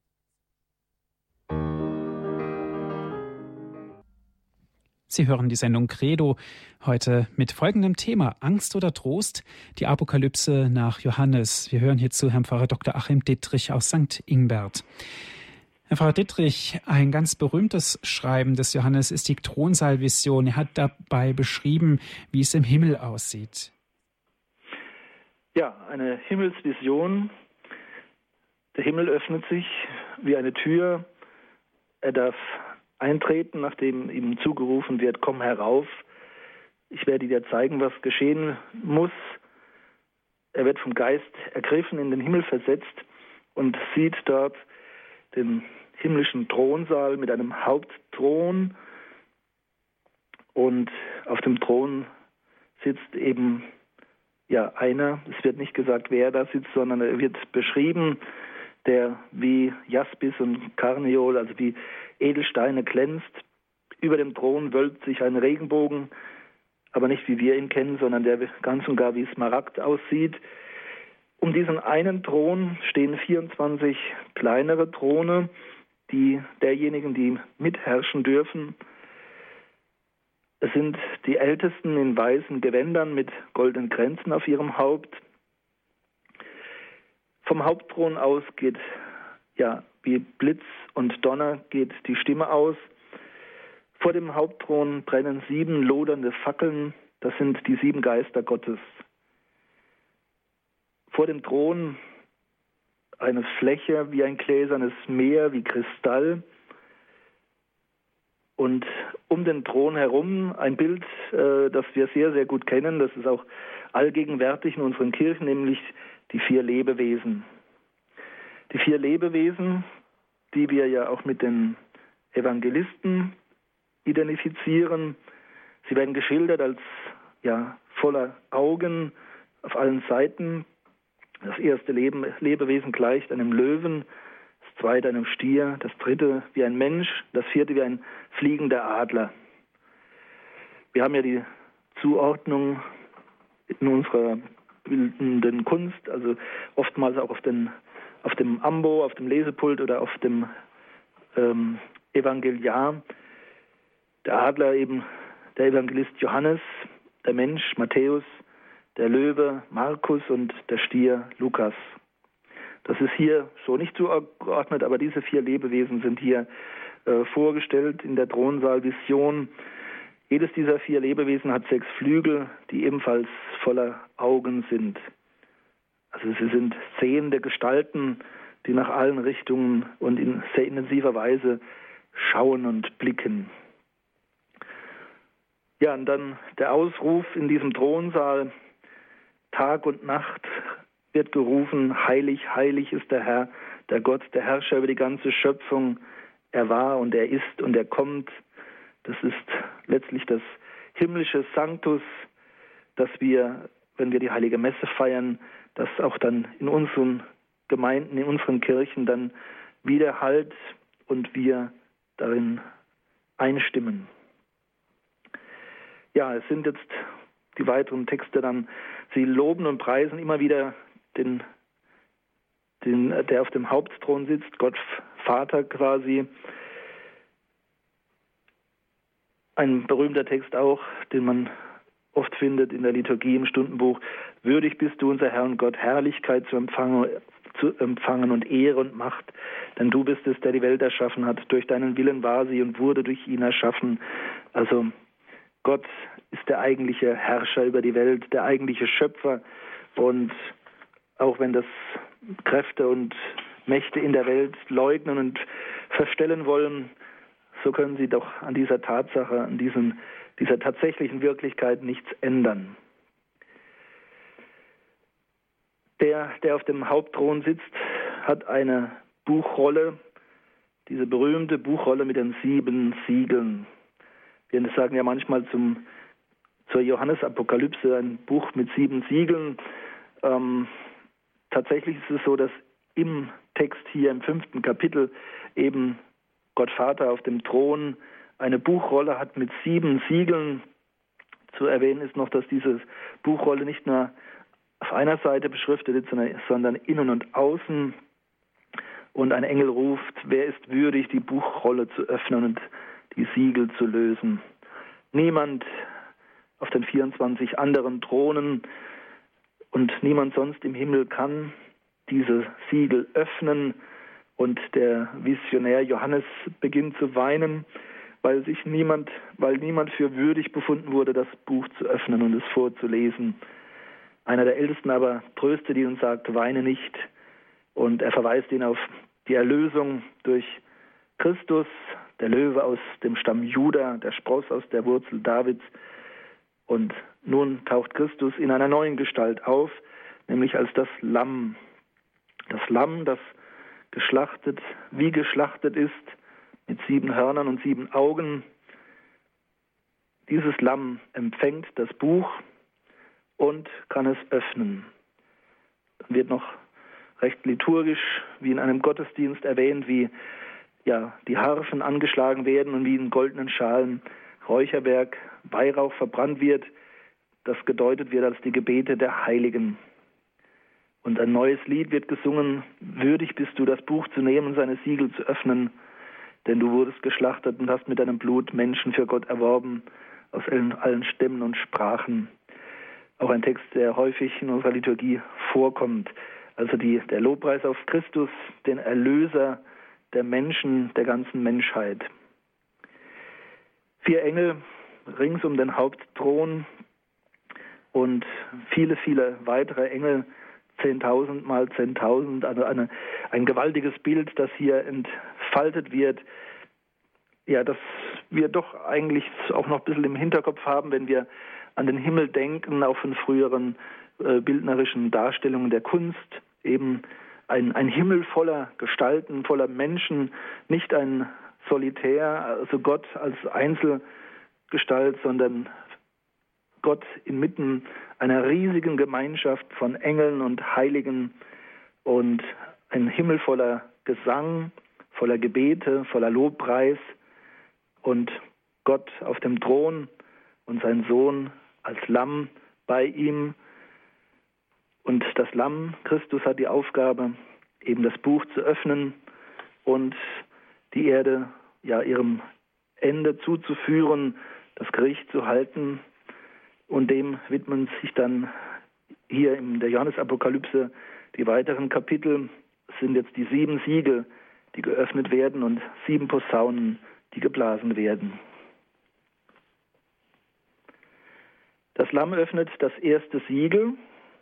Sie hören die Sendung Credo heute mit folgendem Thema Angst oder Trost, die Apokalypse nach Johannes. Wir hören hierzu Herrn Pfarrer Doktor Achim Dittrich aus Sankt Ingbert. Herr Pfarrer Dittrich, ein ganz berühmtes Schreiben des Johannes ist die Thronsaalvision. Er hat dabei beschrieben, wie es im Himmel aussieht. Ja, eine Himmelsvision. Der Himmel öffnet sich wie eine Tür. Er darf eintreten, nachdem ihm zugerufen wird, komm herauf. Ich werde dir zeigen, was geschehen muss. Er wird vom Geist ergriffen, in den Himmel versetzt und sieht dort den himmlischen Thronsaal mit einem Hauptthron. Und auf dem Thron sitzt eben ja einer, es wird nicht gesagt, wer da sitzt, sondern er wird beschrieben, der wie Jaspis und Karneol, also wie Edelsteine glänzt. Über dem Thron wölbt sich ein Regenbogen, aber nicht wie wir ihn kennen, sondern der ganz und gar wie Smaragd aussieht. Um diesen einen Thron stehen vierundzwanzig kleinere Throne, die derjenigen, die mitherrschen dürfen. Es sind die Ältesten in weißen Gewändern mit goldenen Kränzen auf ihrem Haupt. Vom Hauptthron aus geht, ja, wie Blitz und Donner geht die Stimme aus. Vor dem Hauptthron brennen sieben lodernde Fackeln, das sind die sieben Geister Gottes. Vor dem Thron eine Fläche wie ein gläsernes Meer, wie Kristall. Und um den Thron herum ein Bild, äh, das wir sehr, sehr gut kennen, das ist auch allgegenwärtig in unseren Kirchen, nämlich die vier Lebewesen. Die vier Lebewesen, die wir ja auch mit den Evangelisten identifizieren. Sie werden geschildert als ja, voller Augen auf allen Seiten. Das erste Leben, Lebewesen gleicht einem Löwen, das zweite einem Stier, das dritte wie ein Mensch, das vierte wie ein fliegender Adler. Wir haben ja die Zuordnung in unserer bildenden Kunst, also oftmals auch auf, den, auf dem Ambo, auf dem Lesepult oder auf dem ähm, Evangeliar. Der Adler eben der Evangelist Johannes, der Mensch Matthäus, der Löwe Markus und der Stier Lukas. Das ist hier so nicht zugeordnet, aber diese vier Lebewesen sind hier äh, vorgestellt in der Thronsaalvision. Jedes dieser vier Lebewesen hat sechs Flügel, die ebenfalls voller Augen sind. Also sie sind sehende Gestalten, die nach allen Richtungen und in sehr intensiver Weise schauen und blicken. Ja, und dann der Ausruf in diesem Thronsaal: Tag und Nacht wird gerufen, heilig, heilig ist der Herr, der Gott, der Herrscher über die ganze Schöpfung. Er war und er ist und er kommt. Das ist letztlich das himmlische Sanctus, das wir, wenn wir die Heilige Messe feiern, das auch dann in unseren Gemeinden, in unseren Kirchen dann widerhallt und wir darin einstimmen. Ja, es sind jetzt die weiteren Texte dann, sie loben und preisen immer wieder den, den, der auf dem Hauptthron sitzt, Gott Vater quasi. Ein berühmter Text auch, den man oft findet in der Liturgie im Stundenbuch: Würdig bist du, unser Herr und Gott, Herrlichkeit zu empfangen, zu empfangen und Ehre und Macht, denn du bist es, der die Welt erschaffen hat. Durch deinen Willen war sie und wurde durch ihn erschaffen. Also Gott ist der eigentliche Herrscher über die Welt, der eigentliche Schöpfer. Und auch wenn das Kräfte und Mächte in der Welt leugnen und verstellen wollen, so können sie doch an dieser Tatsache, an diesem, dieser tatsächlichen Wirklichkeit nichts ändern. Der, der auf dem Hauptthron sitzt, hat eine Buchrolle, diese berühmte Buchrolle mit den sieben Siegeln. Wir sagen ja manchmal zum, zur Johannesapokalypse ein Buch mit sieben Siegeln. Ähm, tatsächlich ist es so, dass im Text hier im fünften Kapitel eben Gott Vater auf dem Thron eine Buchrolle hat mit sieben Siegeln. Zu erwähnen ist noch, dass diese Buchrolle nicht nur auf einer Seite beschriftet ist, sondern innen und außen. Und ein Engel ruft: Wer ist würdig, die Buchrolle zu öffnen und die Siegel zu lösen? Niemand auf den vierundzwanzig anderen Thronen und niemand sonst im Himmel kann diese Siegel öffnen. Und der Visionär Johannes beginnt zu weinen, weil sich niemand, weil niemand für würdig befunden wurde, das Buch zu öffnen und es vorzulesen. Einer der Ältesten aber tröstet ihn und sagt: Weine nicht. Und er verweist ihn auf die Erlösung durch Christus, der Löwe aus dem Stamm Juda, der Spross aus der Wurzel Davids. Und nun taucht Christus in einer neuen Gestalt auf, nämlich als das Lamm. Das Lamm, das geschlachtet, wie geschlachtet ist, mit sieben Hörnern und sieben Augen. Dieses Lamm empfängt das Buch und kann es öffnen. Dann wird noch recht liturgisch, wie in einem Gottesdienst erwähnt, wie ja, die Harfen angeschlagen werden und wie in goldenen Schalen Räucherwerk, Weihrauch verbrannt wird, das gedeutet wird als die Gebete der Heiligen. Und ein neues Lied wird gesungen: Würdig bist du, das Buch zu nehmen, seine Siegel zu öffnen, denn du wurdest geschlachtet und hast mit deinem Blut Menschen für Gott erworben, aus allen, allen Stämmen und Sprachen. Auch ein Text, der häufig in unserer Liturgie vorkommt. Also die, der Lobpreis auf Christus, den Erlöser der Menschen, der ganzen Menschheit. Vier Engel rings um den Hauptthron und viele, viele weitere Engel, zehntausend mal zehntausend, also eine, ein gewaltiges Bild, das hier entfaltet wird. Ja, das wir doch eigentlich auch noch ein bisschen im Hinterkopf haben, wenn wir an den Himmel denken, auch von früheren äh, bildnerischen Darstellungen der Kunst, eben ein, ein Himmel voller Gestalten, voller Menschen, nicht ein Solitär, also Gott als Einzelgestalt, sondern Gott inmitten einer riesigen Gemeinschaft von Engeln und Heiligen und ein Himmel voller Gesang, voller Gebete, voller Lobpreis und Gott auf dem Thron und sein Sohn als Lamm bei ihm. Und das Lamm, Christus, hat die Aufgabe, eben das Buch zu öffnen und die Erde ja ihrem Ende zuzuführen, das Gericht zu halten. Und dem widmen sich dann hier in der Johannesapokalypse die weiteren Kapitel. Es sind jetzt die sieben Siegel, die geöffnet werden, und sieben Posaunen, die geblasen werden. Das Lamm öffnet das erste Siegel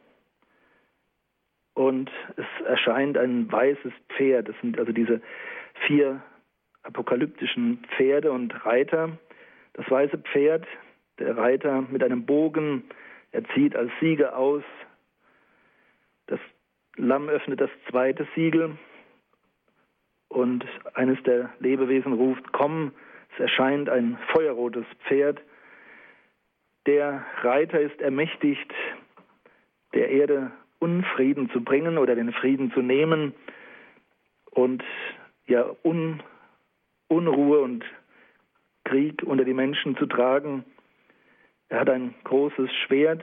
und es erscheint ein weißes Pferd. Das sind also diese vier apokalyptischen Pferde und Reiter. Das weiße Pferd, der Reiter mit einem Bogen, er zieht als Sieger aus. Das Lamm öffnet das zweite Siegel und eines der Lebewesen ruft: Komm, es erscheint ein feuerrotes Pferd. Der Reiter ist ermächtigt, der Erde Unfrieden zu bringen oder den Frieden zu nehmen und ja Un, Unruhe und Krieg unter die Menschen zu tragen. Er hat ein großes Schwert.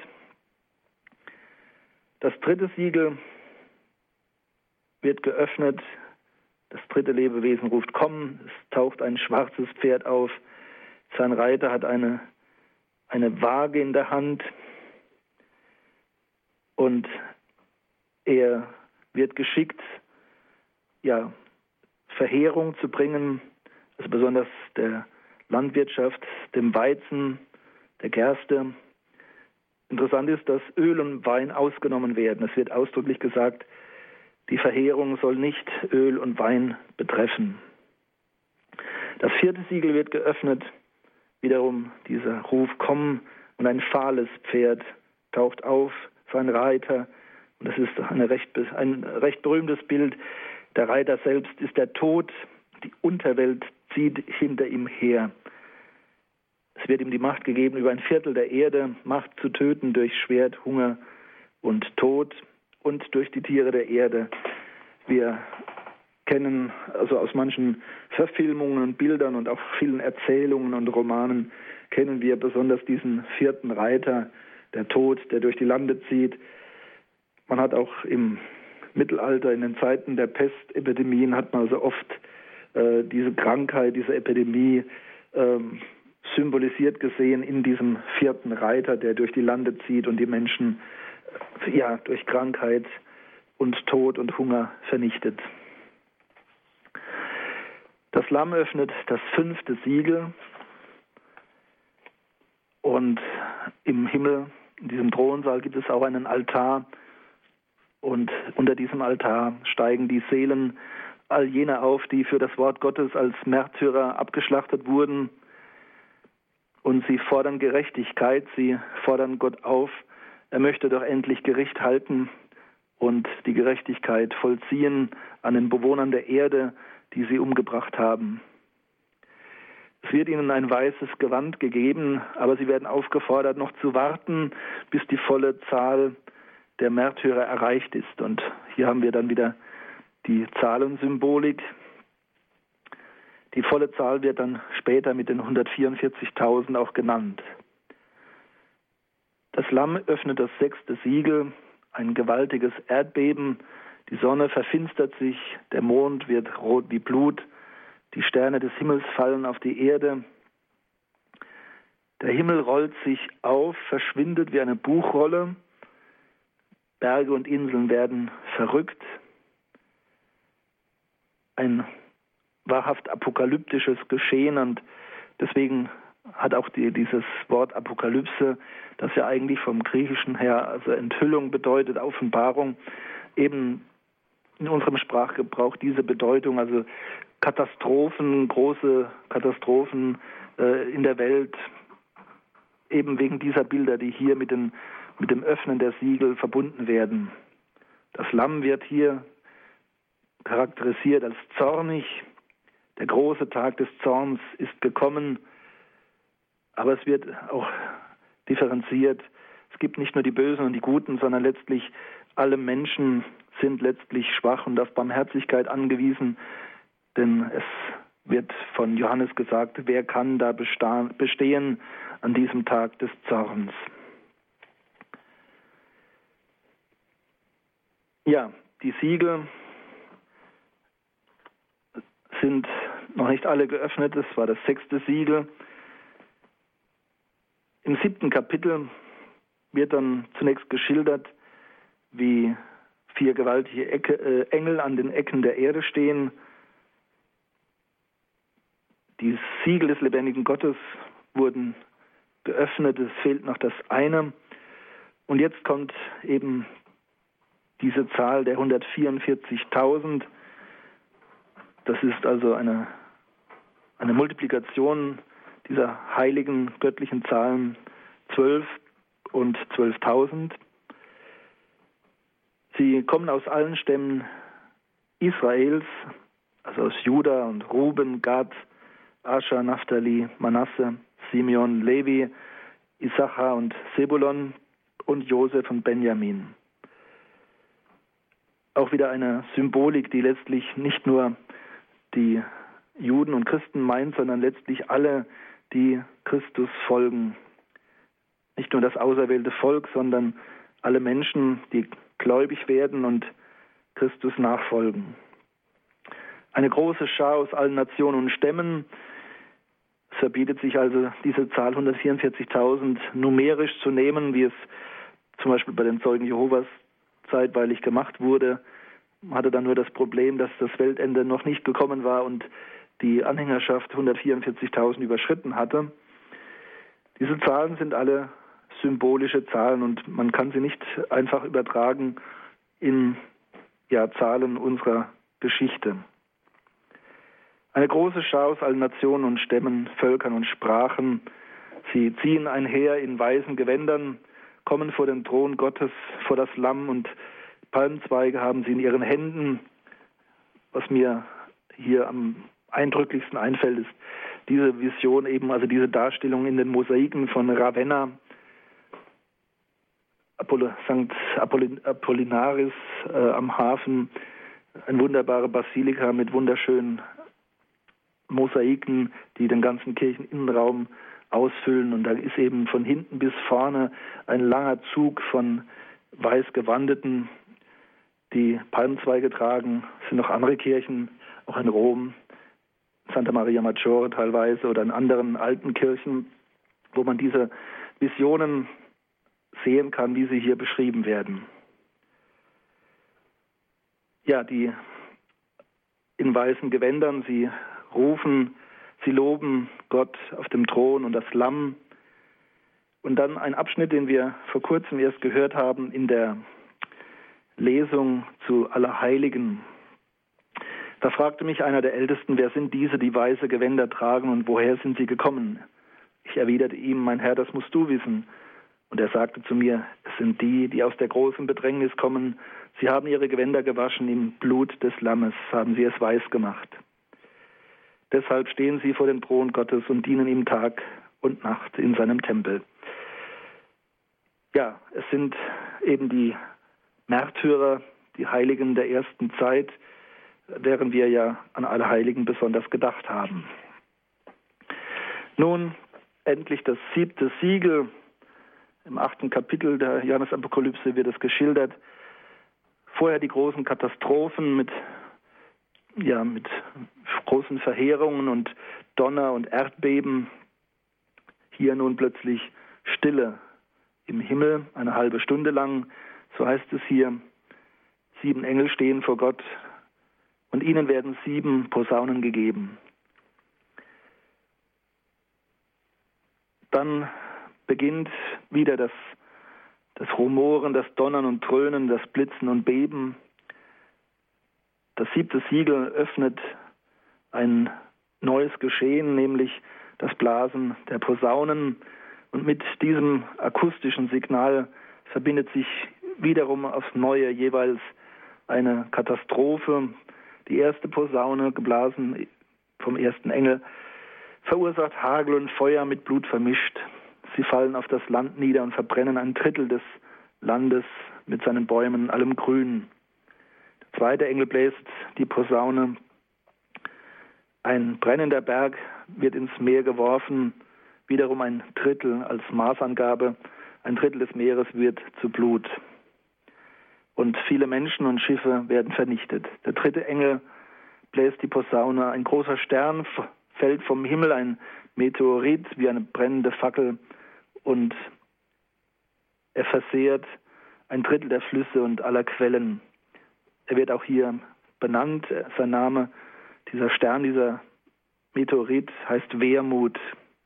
Das dritte Siegel wird geöffnet. Das dritte Lebewesen ruft: Komm, es taucht ein schwarzes Pferd auf. Sein Reiter hat eine, eine Waage in der Hand und er wird geschickt, ja, Verheerung zu bringen, also besonders der Landwirtschaft, dem Weizen, der Gerste. Interessant ist, dass Öl und Wein ausgenommen werden. Es wird ausdrücklich gesagt, die Verheerung soll nicht Öl und Wein betreffen. Das vierte Siegel wird geöffnet, wiederum dieser Ruf: Komm, und ein fahles Pferd taucht auf, sein Reiter. Und das ist eine recht, ein recht berühmtes Bild. Der Reiter selbst ist der Tod, die Unterwelt zieht hinter ihm her. Es wird ihm die Macht gegeben, über ein Viertel der Erde Macht zu töten durch Schwert, Hunger und Tod und durch die Tiere der Erde. Wir kennen also aus manchen Verfilmungen und Bildern und auch vielen Erzählungen und Romanen kennen wir besonders diesen vierten Reiter, der Tod, der durch die Lande zieht. Man hat auch im Mittelalter, in den Zeiten der Pestepidemien, hat man also oft äh, diese Krankheit, diese Epidemie ähm, symbolisiert gesehen in diesem vierten Reiter, der durch die Lande zieht und die Menschen äh, ja, durch Krankheit und Tod und Hunger vernichtet. Das Lamm öffnet das fünfte Siegel und im Himmel, in diesem Thronsaal, gibt es auch einen Altar. Und unter diesem Altar steigen die Seelen all jener auf, die für das Wort Gottes als Märtyrer abgeschlachtet wurden. Und sie fordern Gerechtigkeit, sie fordern Gott auf, er möchte doch endlich Gericht halten und die Gerechtigkeit vollziehen an den Bewohnern der Erde, die sie umgebracht haben. Es wird ihnen ein weißes Gewand gegeben, aber sie werden aufgefordert, noch zu warten, bis die volle Zahl der Märtyrer erreicht ist. Und hier haben wir dann wieder die Zahlensymbolik. Die volle Zahl wird dann später mit den hundertvierundvierzigtausend auch genannt. Das Lamm öffnet das sechste Siegel, ein gewaltiges Erdbeben. Die Sonne verfinstert sich, der Mond wird rot wie Blut, die Sterne des Himmels fallen auf die Erde. Der Himmel rollt sich auf, verschwindet wie eine Buchrolle. Berge und Inseln werden verrückt. Ein wahrhaft apokalyptisches Geschehen, und deswegen hat auch die, dieses Wort Apokalypse, das ja eigentlich vom Griechischen her also Enthüllung bedeutet, Offenbarung, eben in unserem Sprachgebrauch diese Bedeutung, also Katastrophen, große Katastrophen äh, in der Welt, eben wegen dieser Bilder, die hier mit, den, mit dem Öffnen der Siegel verbunden werden. Das Lamm wird hier charakterisiert als zornig. Der große Tag des Zorns ist gekommen, aber es wird auch differenziert. Es gibt nicht nur die Bösen und die Guten, sondern letztlich alle Menschen sind letztlich schwach und auf Barmherzigkeit angewiesen, denn es wird von Johannes gesagt, wer kann da bestehen an diesem Tag des Zorns. Ja, die Siegel sind noch nicht alle geöffnet, es war das sechste Siegel. Im siebten Kapitel wird dann zunächst geschildert, wie vier gewaltige Ecke, äh, Engel an den Ecken der Erde stehen. Die Siegel des lebendigen Gottes wurden geöffnet, es fehlt noch das eine. Und jetzt kommt eben diese Zahl der hundertvierundvierzigtausend. Das ist also eine, eine Multiplikation dieser heiligen göttlichen Zahlen zwölf und zwölftausend. Sie kommen aus allen Stämmen Israels, also aus Juda und Ruben, Gad, Ascher, Naphtali, Manasse, Simeon, Levi, Issachar und Sebulon und Josef und Benjamin. Auch wieder eine Symbolik, die letztlich nicht nur die Juden und Christen meint, sondern letztlich alle, die Christus folgen. Nicht nur das auserwählte Volk, sondern alle Menschen, die gläubig werden und Christus nachfolgen. Eine große Schar aus allen Nationen und Stämmen. Es verbietet sich also, diese Zahl hundertvierundvierzigtausend numerisch zu nehmen, wie es zum Beispiel bei den Zeugen Jehovas zeitweilig gemacht wurde. Man hatte dann nur das Problem, dass das Weltende noch nicht gekommen war und die Anhängerschaft hundertvierundvierzigtausend überschritten hatte. Diese Zahlen sind alle symbolische Zahlen und man kann sie nicht einfach übertragen in ja, Zahlen unserer Geschichte. Eine große Schar aus allen Nationen und Stämmen, Völkern und Sprachen. Sie ziehen einher in weißen Gewändern, kommen vor den Thron Gottes, vor das Lamm, und Palmzweige haben sie in ihren Händen. Was mir hier am eindrücklichsten einfällt, ist diese Vision eben, also diese Darstellung in den Mosaiken von Ravenna, Sankt Apollinaris äh, am Hafen, eine wunderbare Basilika mit wunderschönen Mosaiken, die den ganzen Kircheninnenraum ausfüllen. Und da ist eben von hinten bis vorne ein langer Zug von weiß gewandeten, die Palmzweige tragen. Es sind noch andere Kirchen, auch in Rom, Santa Maria Maggiore teilweise, oder in anderen alten Kirchen, wo man diese Visionen sehen kann, wie sie hier beschrieben werden. Ja, die in weißen Gewändern, sie rufen, sie loben Gott auf dem Thron und das Lamm. Und dann ein Abschnitt, den wir vor kurzem erst gehört haben in der Lesung zu Allerheiligen. Da fragte mich einer der Ältesten, wer sind diese, die weiße Gewänder tragen, und woher sind sie gekommen? Ich erwiderte ihm, mein Herr, das musst du wissen. Und er sagte zu mir, es sind die, die aus der großen Bedrängnis kommen. Sie haben ihre Gewänder gewaschen, im Blut des Lammes haben sie es weiß gemacht. Deshalb stehen sie vor dem Thron Gottes und dienen ihm Tag und Nacht in seinem Tempel. Ja, es sind eben die Märtyrer, die Heiligen der ersten Zeit, deren wir ja an alle Heiligen besonders gedacht haben. Nun endlich das siebte Siegel. Im achten Kapitel der Johannesapokalypse wird es geschildert. Vorher die großen Katastrophen mit, ja, mit großen Verheerungen und Donner und Erdbeben. Hier nun plötzlich Stille im Himmel, eine halbe Stunde lang. So heißt es hier, sieben Engel stehen vor Gott und ihnen werden sieben Posaunen gegeben. Dann beginnt wieder das, das Rumoren, das Donnern und Dröhnen, das Blitzen und Beben. Das siebte Siegel öffnet ein neues Geschehen, nämlich das Blasen der Posaunen. Und mit diesem akustischen Signal verbindet sich wiederum aufs Neue jeweils eine Katastrophe. Die erste Posaune, geblasen vom ersten Engel, verursacht Hagel und Feuer mit Blut vermischt. Sie fallen auf das Land nieder und verbrennen ein Drittel des Landes mit seinen Bäumen, allem Grün. Der zweite Engel bläst die Posaune. Ein brennender Berg wird ins Meer geworfen, wiederum ein Drittel als Maßangabe. Ein Drittel des Meeres wird zu Blut. Und viele Menschen und Schiffe werden vernichtet. Der dritte Engel bläst die Posaune. Ein großer Stern fällt vom Himmel, ein Meteorit wie eine brennende Fackel, und er versehrt ein Drittel der Flüsse und aller Quellen. Er wird auch hier benannt, sein Name, dieser Stern, dieser Meteorit heißt Wermut.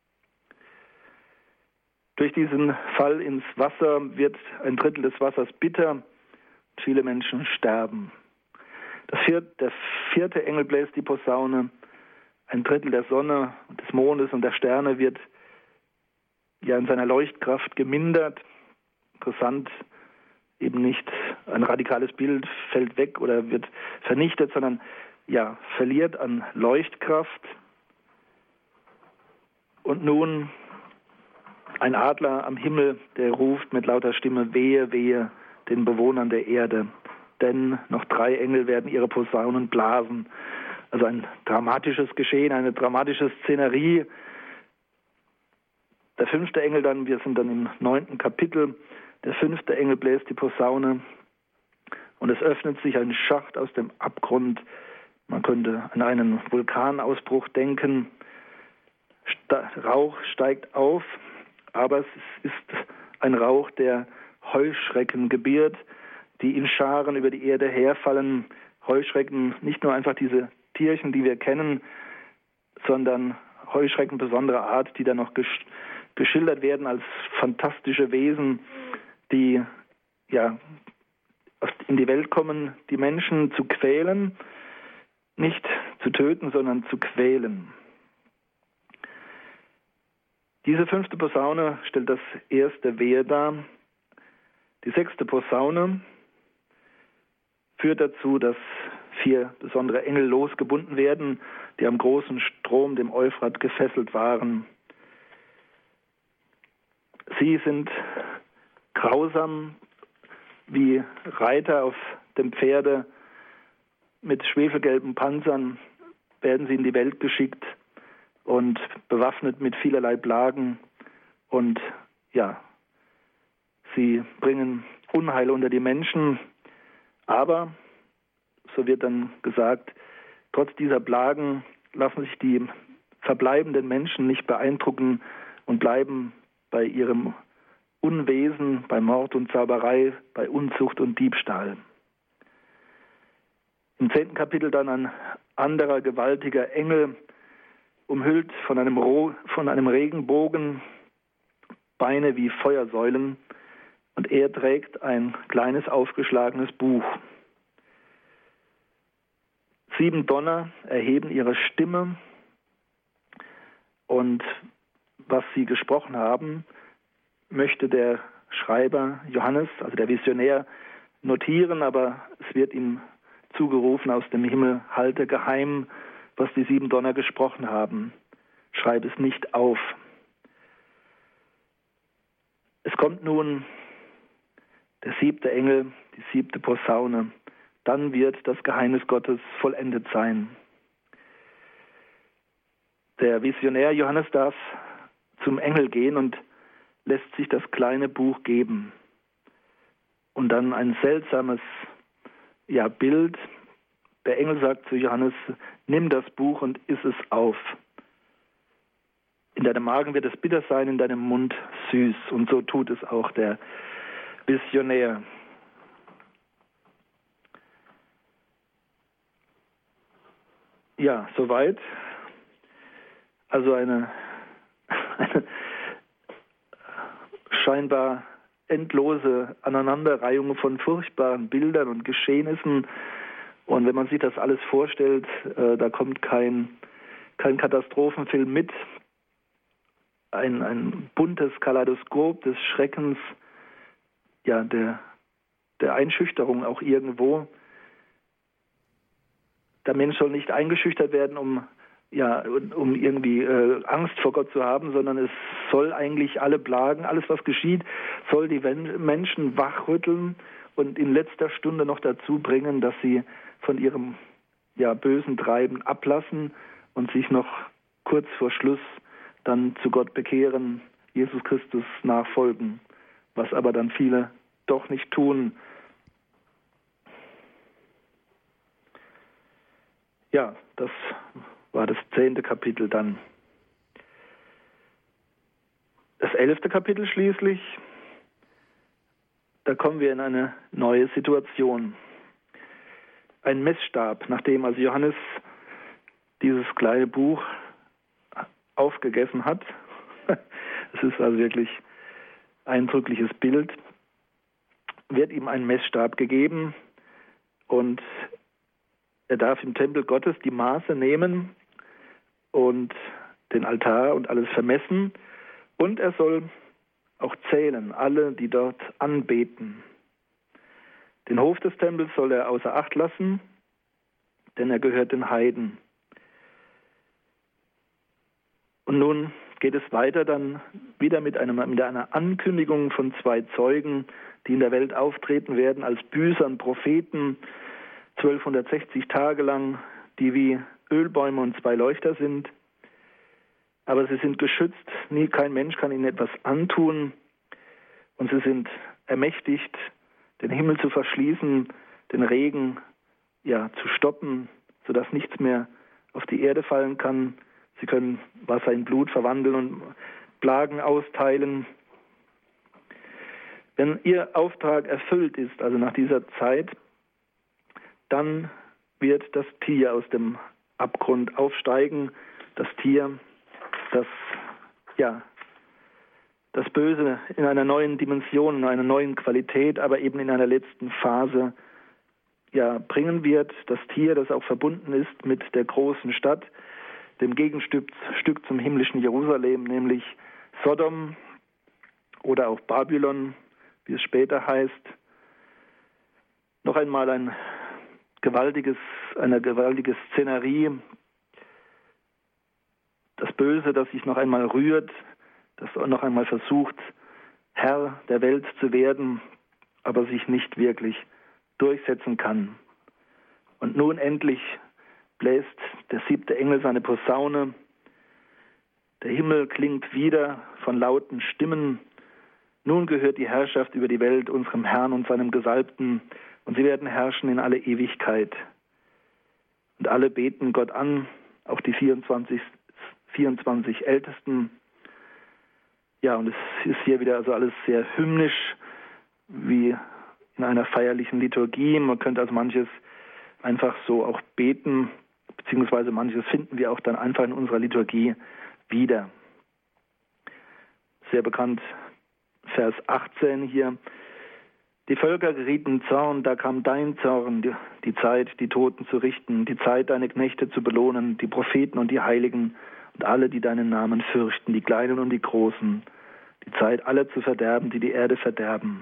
Durch diesen Fall ins Wasser wird ein Drittel des Wassers bitter und viele Menschen sterben. Das vierte, der vierte Engel bläst die Posaune. Ein Drittel der Sonne, des Mondes und der Sterne wird ja in seiner Leuchtkraft gemindert. Interessant, eben nicht ein radikales Bild fällt weg oder wird vernichtet, sondern ja, verliert an Leuchtkraft. Und nun ein Adler am Himmel, der ruft mit lauter Stimme, wehe, wehe den Bewohnern der Erde, denn noch drei Engel werden ihre Posaunen blasen. Also ein dramatisches Geschehen, eine dramatische Szenerie. Der fünfte Engel dann, wir sind dann im neunten Kapitel, der fünfte Engel bläst die Posaune und es öffnet sich ein Schacht aus dem Abgrund. Man könnte an einen Vulkanausbruch denken. Sta- Rauch steigt auf, aber es ist ein Rauch, der Heuschrecken gebiert, die in Scharen über die Erde herfallen. Heuschrecken, nicht nur einfach diese Tierchen, die wir kennen, sondern Heuschrecken besonderer Art, die dann noch gesch- geschildert werden als fantastische Wesen, die ja in die Welt kommen, die Menschen zu quälen, nicht zu töten, sondern zu quälen. Diese fünfte Posaune stellt das erste Wehe dar. Die sechste Posaune führt dazu, dass vier besondere Engel losgebunden werden, die am großen Strom, dem Euphrat, gefesselt waren. Sie sind grausam wie Reiter auf dem Pferde mit schwefelgelben Panzern werden sie in die Welt geschickt und bewaffnet mit vielerlei Plagen, und ja, sie bringen Unheil unter die Menschen, aber, so wird dann gesagt, trotz dieser Plagen lassen sich die verbleibenden Menschen nicht beeindrucken und bleiben bei ihrem Unwesen, bei Mord und Zauberei, bei Unzucht und Diebstahl. Im zehnten Kapitel dann ein anderer gewaltiger Engel, umhüllt von einem, Ro- von einem Regenbogen, Beine wie Feuersäulen, und er trägt ein kleines aufgeschlagenes Buch. Sieben Donner erheben ihre Stimme, und was sie gesprochen haben, möchte der Schreiber Johannes, also der Visionär, notieren, aber es wird ihm zugerufen aus dem Himmel: Halte geheim, was die sieben Donner gesprochen haben. Schreib es nicht auf. Es kommt nun der siebte Engel, die siebte Posaune. Dann wird das Geheimnis Gottes vollendet sein. Der Visionär Johannes darf zum Engel gehen und lässt sich das kleine Buch geben. Und dann ein seltsames ja, Bild. Der Engel sagt zu Johannes: Nimm das Buch und iss es auf. In deinem Magen wird es bitter sein, in deinem Mund süß. Und so tut es auch der Visionär. Ja, soweit. Also eine, eine scheinbar endlose Aneinanderreihung von furchtbaren Bildern und Geschehnissen. Und wenn man sich das alles vorstellt, äh, da kommt kein, kein Katastrophenfilm mit. Ein, ein buntes Kaleidoskop des Schreckens, ja, der, der Einschüchterung auch irgendwo. Der Mensch soll nicht eingeschüchtert werden, um, ja, um irgendwie äh, Angst vor Gott zu haben, sondern es soll eigentlich alle plagen, alles was geschieht, soll die Menschen wachrütteln und in letzter Stunde noch dazu bringen, dass sie von ihrem ja, bösen Treiben ablassen und sich noch kurz vor Schluss dann zu Gott bekehren, Jesus Christus nachfolgen, was aber dann viele doch nicht tun. Ja, das war das zehnte Kapitel dann. Das elfte Kapitel schließlich, da kommen wir in eine neue Situation. Ein Messstab, nachdem also Johannes dieses kleine Buch aufgegessen hat. Es ist also wirklich ein eindrückliches Bild. Wird ihm ein Messstab gegeben und er darf im Tempel Gottes die Maße nehmen und den Altar und alles vermessen. Und er soll auch zählen, alle, die dort anbeten. Den Hof des Tempels soll er außer Acht lassen, denn er gehört den Heiden. Und nun geht es weiter dann wieder mit, einem, mit einer Ankündigung von zwei Zeugen, die in der Welt auftreten werden als Büßern, Propheten, zwölfhundertsechzig Tage lang, die wie Ölbäume und zwei Leuchter sind. Aber sie sind geschützt, nie kein Mensch kann ihnen etwas antun. Und sie sind ermächtigt, den Himmel zu verschließen, den Regen ja, zu stoppen, sodass nichts mehr auf die Erde fallen kann. Sie können Wasser in Blut verwandeln und Plagen austeilen. Wenn ihr Auftrag erfüllt ist, also nach dieser Zeit, dann wird das Tier aus dem Abgrund aufsteigen. Das Tier, das, ja, das Böse in einer neuen Dimension, in einer neuen Qualität, aber eben in einer letzten Phase ja, bringen wird. Das Tier, das auch verbunden ist mit der großen Stadt, dem Gegenstück Stück zum himmlischen Jerusalem, nämlich Sodom oder auch Babylon, wie es später heißt. Noch einmal ein gewaltiges, eine gewaltige Szenerie. Das Böse, das sich noch einmal rührt, das noch einmal versucht, Herr der Welt zu werden, aber sich nicht wirklich durchsetzen kann. Und nun endlich bläst der siebte Engel seine Posaune. Der Himmel klingt wieder von lauten Stimmen. Nun gehört die Herrschaft über die Welt unserem Herrn und seinem Gesalbten, und sie werden herrschen in alle Ewigkeit. Und alle beten Gott an, auch die vierundzwanzig, vierundzwanzig Ältesten. Ja, und es ist hier wieder also alles sehr hymnisch, wie in einer feierlichen Liturgie. Man könnte also manches einfach so auch beten, beziehungsweise manches finden wir auch dann einfach in unserer Liturgie wieder. Sehr bekannt, Vers achtzehn hier. Die Völker gerieten in Zorn, da kam dein Zorn, die, die Zeit, die Toten zu richten, die Zeit, deine Knechte zu belohnen, die Propheten und die Heiligen und alle, die deinen Namen fürchten, die Kleinen und die Großen. die Zeit aller zu verderben, die die Erde verderben.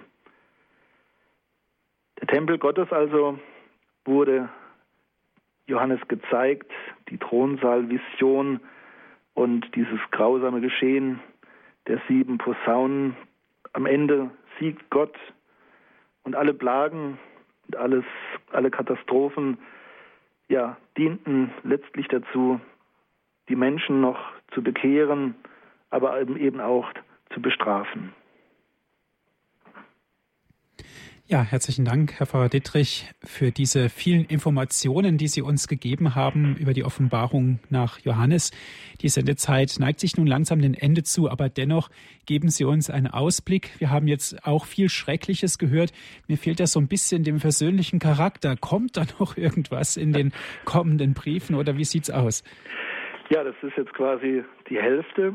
Der Tempel Gottes also wurde Johannes gezeigt, die Thronsaalvision und dieses grausame Geschehen der sieben Posaunen. Am Ende siegt Gott und alle Plagen und alles, alle Katastrophen ja, dienten letztlich dazu, die Menschen noch zu bekehren, aber eben auch zu bestrafen. Ja, herzlichen Dank, Herr Pfarrer Dittrich, für diese vielen Informationen, die Sie uns gegeben haben über die Offenbarung nach Johannes. Die Sendezeit neigt sich nun langsam dem Ende zu, aber dennoch geben Sie uns einen Ausblick. Wir haben jetzt auch viel Schreckliches gehört. Mir fehlt ja so ein bisschen dem versöhnlichen Charakter. Kommt da noch irgendwas in den kommenden Briefen oder wie sieht's aus? Ja, das ist jetzt quasi die Hälfte.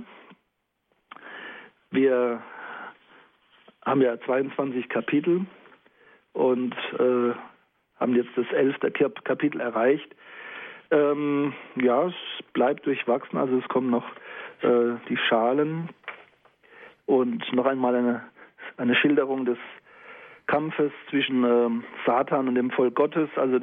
Wir haben ja zweiundzwanzig Kapitel und äh, haben jetzt das elfte Kapitel erreicht. Ähm, ja, es bleibt durchwachsen, also es kommen noch äh, die Schalen und noch einmal eine, eine Schilderung des Kampfes zwischen äh, Satan und dem Volk Gottes. Also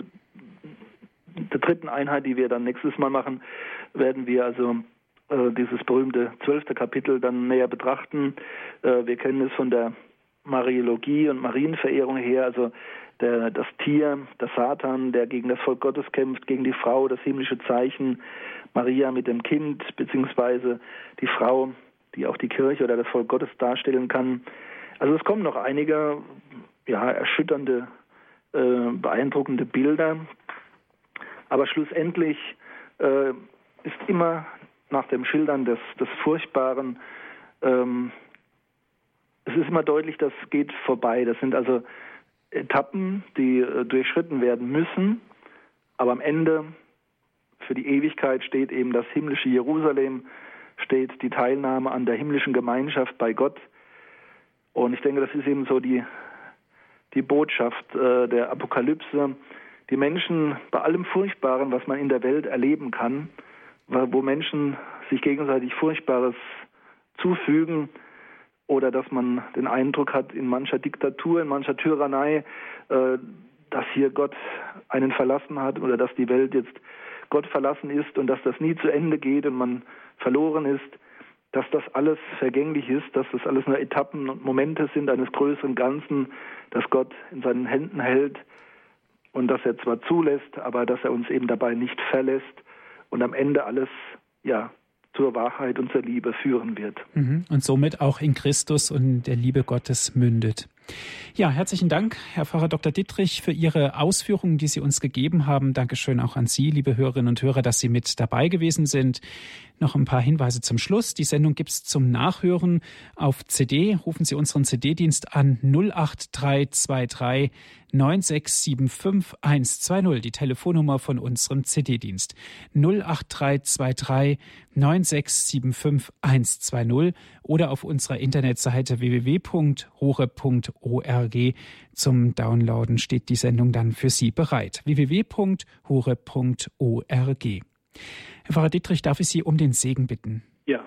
der dritten Einheit, die wir dann nächstes Mal machen, werden wir also äh, dieses berühmte zwölfte Kapitel dann näher betrachten. Äh, wir kennen es von der Mariologie und Marienverehrung her, also der, das Tier, der Satan, der gegen das Volk Gottes kämpft, gegen die Frau, das himmlische Zeichen, Maria mit dem Kind, beziehungsweise die Frau, die auch die Kirche oder das Volk Gottes darstellen kann. Also es kommen noch einige ja, erschütternde, äh, beeindruckende Bilder, aber schlussendlich äh, ist immer nach dem Schildern des, des Furchtbaren ähm, es ist immer deutlich, das geht vorbei. Das sind also Etappen, die äh, durchschritten werden müssen. Aber am Ende für die Ewigkeit steht eben das himmlische Jerusalem, steht die Teilnahme an der himmlischen Gemeinschaft bei Gott. Und ich denke, das ist eben so die, die Botschaft äh, der Apokalypse. Die Menschen bei allem Furchtbaren, was man in der Welt erleben kann, wo Menschen sich gegenseitig Furchtbares zufügen, oder dass man den Eindruck hat, in mancher Diktatur, in mancher Tyrannei, äh, dass hier Gott einen verlassen hat oder dass die Welt jetzt Gott verlassen ist und dass das nie zu Ende geht und man verloren ist, dass das alles vergänglich ist, dass das alles nur Etappen und Momente sind eines größeren Ganzen, das Gott in seinen Händen hält und dass er zwar zulässt, aber dass er uns eben dabei nicht verlässt und am Ende alles, ja, zur Wahrheit und zur Liebe führen wird. Und somit auch in Christus und der Liebe Gottes mündet. Ja, herzlichen Dank, Herr Pfarrer Doktor Dittrich, für Ihre Ausführungen, die Sie uns gegeben haben. Dankeschön auch an Sie, liebe Hörerinnen und Hörer, dass Sie mit dabei gewesen sind. Noch ein paar Hinweise zum Schluss. Die Sendung gibt es zum Nachhören auf C D. Rufen Sie unseren C D-Dienst an null acht drei zwei drei neun sechs sieben fünf eins zwei null, die Telefonnummer von unserem C D-Dienst. null acht drei zwei drei neun sechs sieben fünf eins zwei null oder auf unserer Internetseite w w w punkt horeb punkt org. Zum Downloaden steht die Sendung dann für Sie bereit. w w w punkt horeb punkt org. Herr Pfarrer Dittrich, darf ich Sie um den Segen bitten? Ja.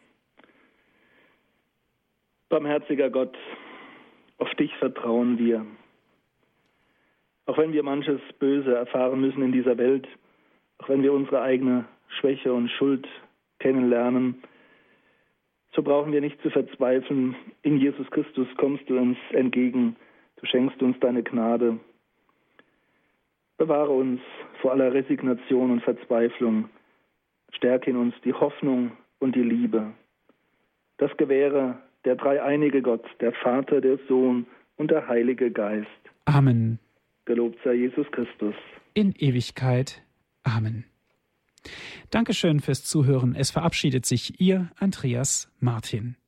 Barmherziger Gott, auf dich vertrauen wir. Auch wenn wir manches Böse erfahren müssen in dieser Welt, auch wenn wir unsere eigene Schwäche und Schuld kennenlernen, so brauchen wir nicht zu verzweifeln. In Jesus Christus kommst du uns entgegen. Du schenkst uns deine Gnade. Bewahre uns vor aller Resignation und Verzweiflung. Stärke in uns die Hoffnung und die Liebe. Das gewähre der dreieinige Gott, der Vater, der Sohn und der Heilige Geist. Amen. Gelobt sei Jesus Christus. In Ewigkeit. Amen. Dankeschön fürs Zuhören. Es verabschiedet sich Ihr Andreas Martin.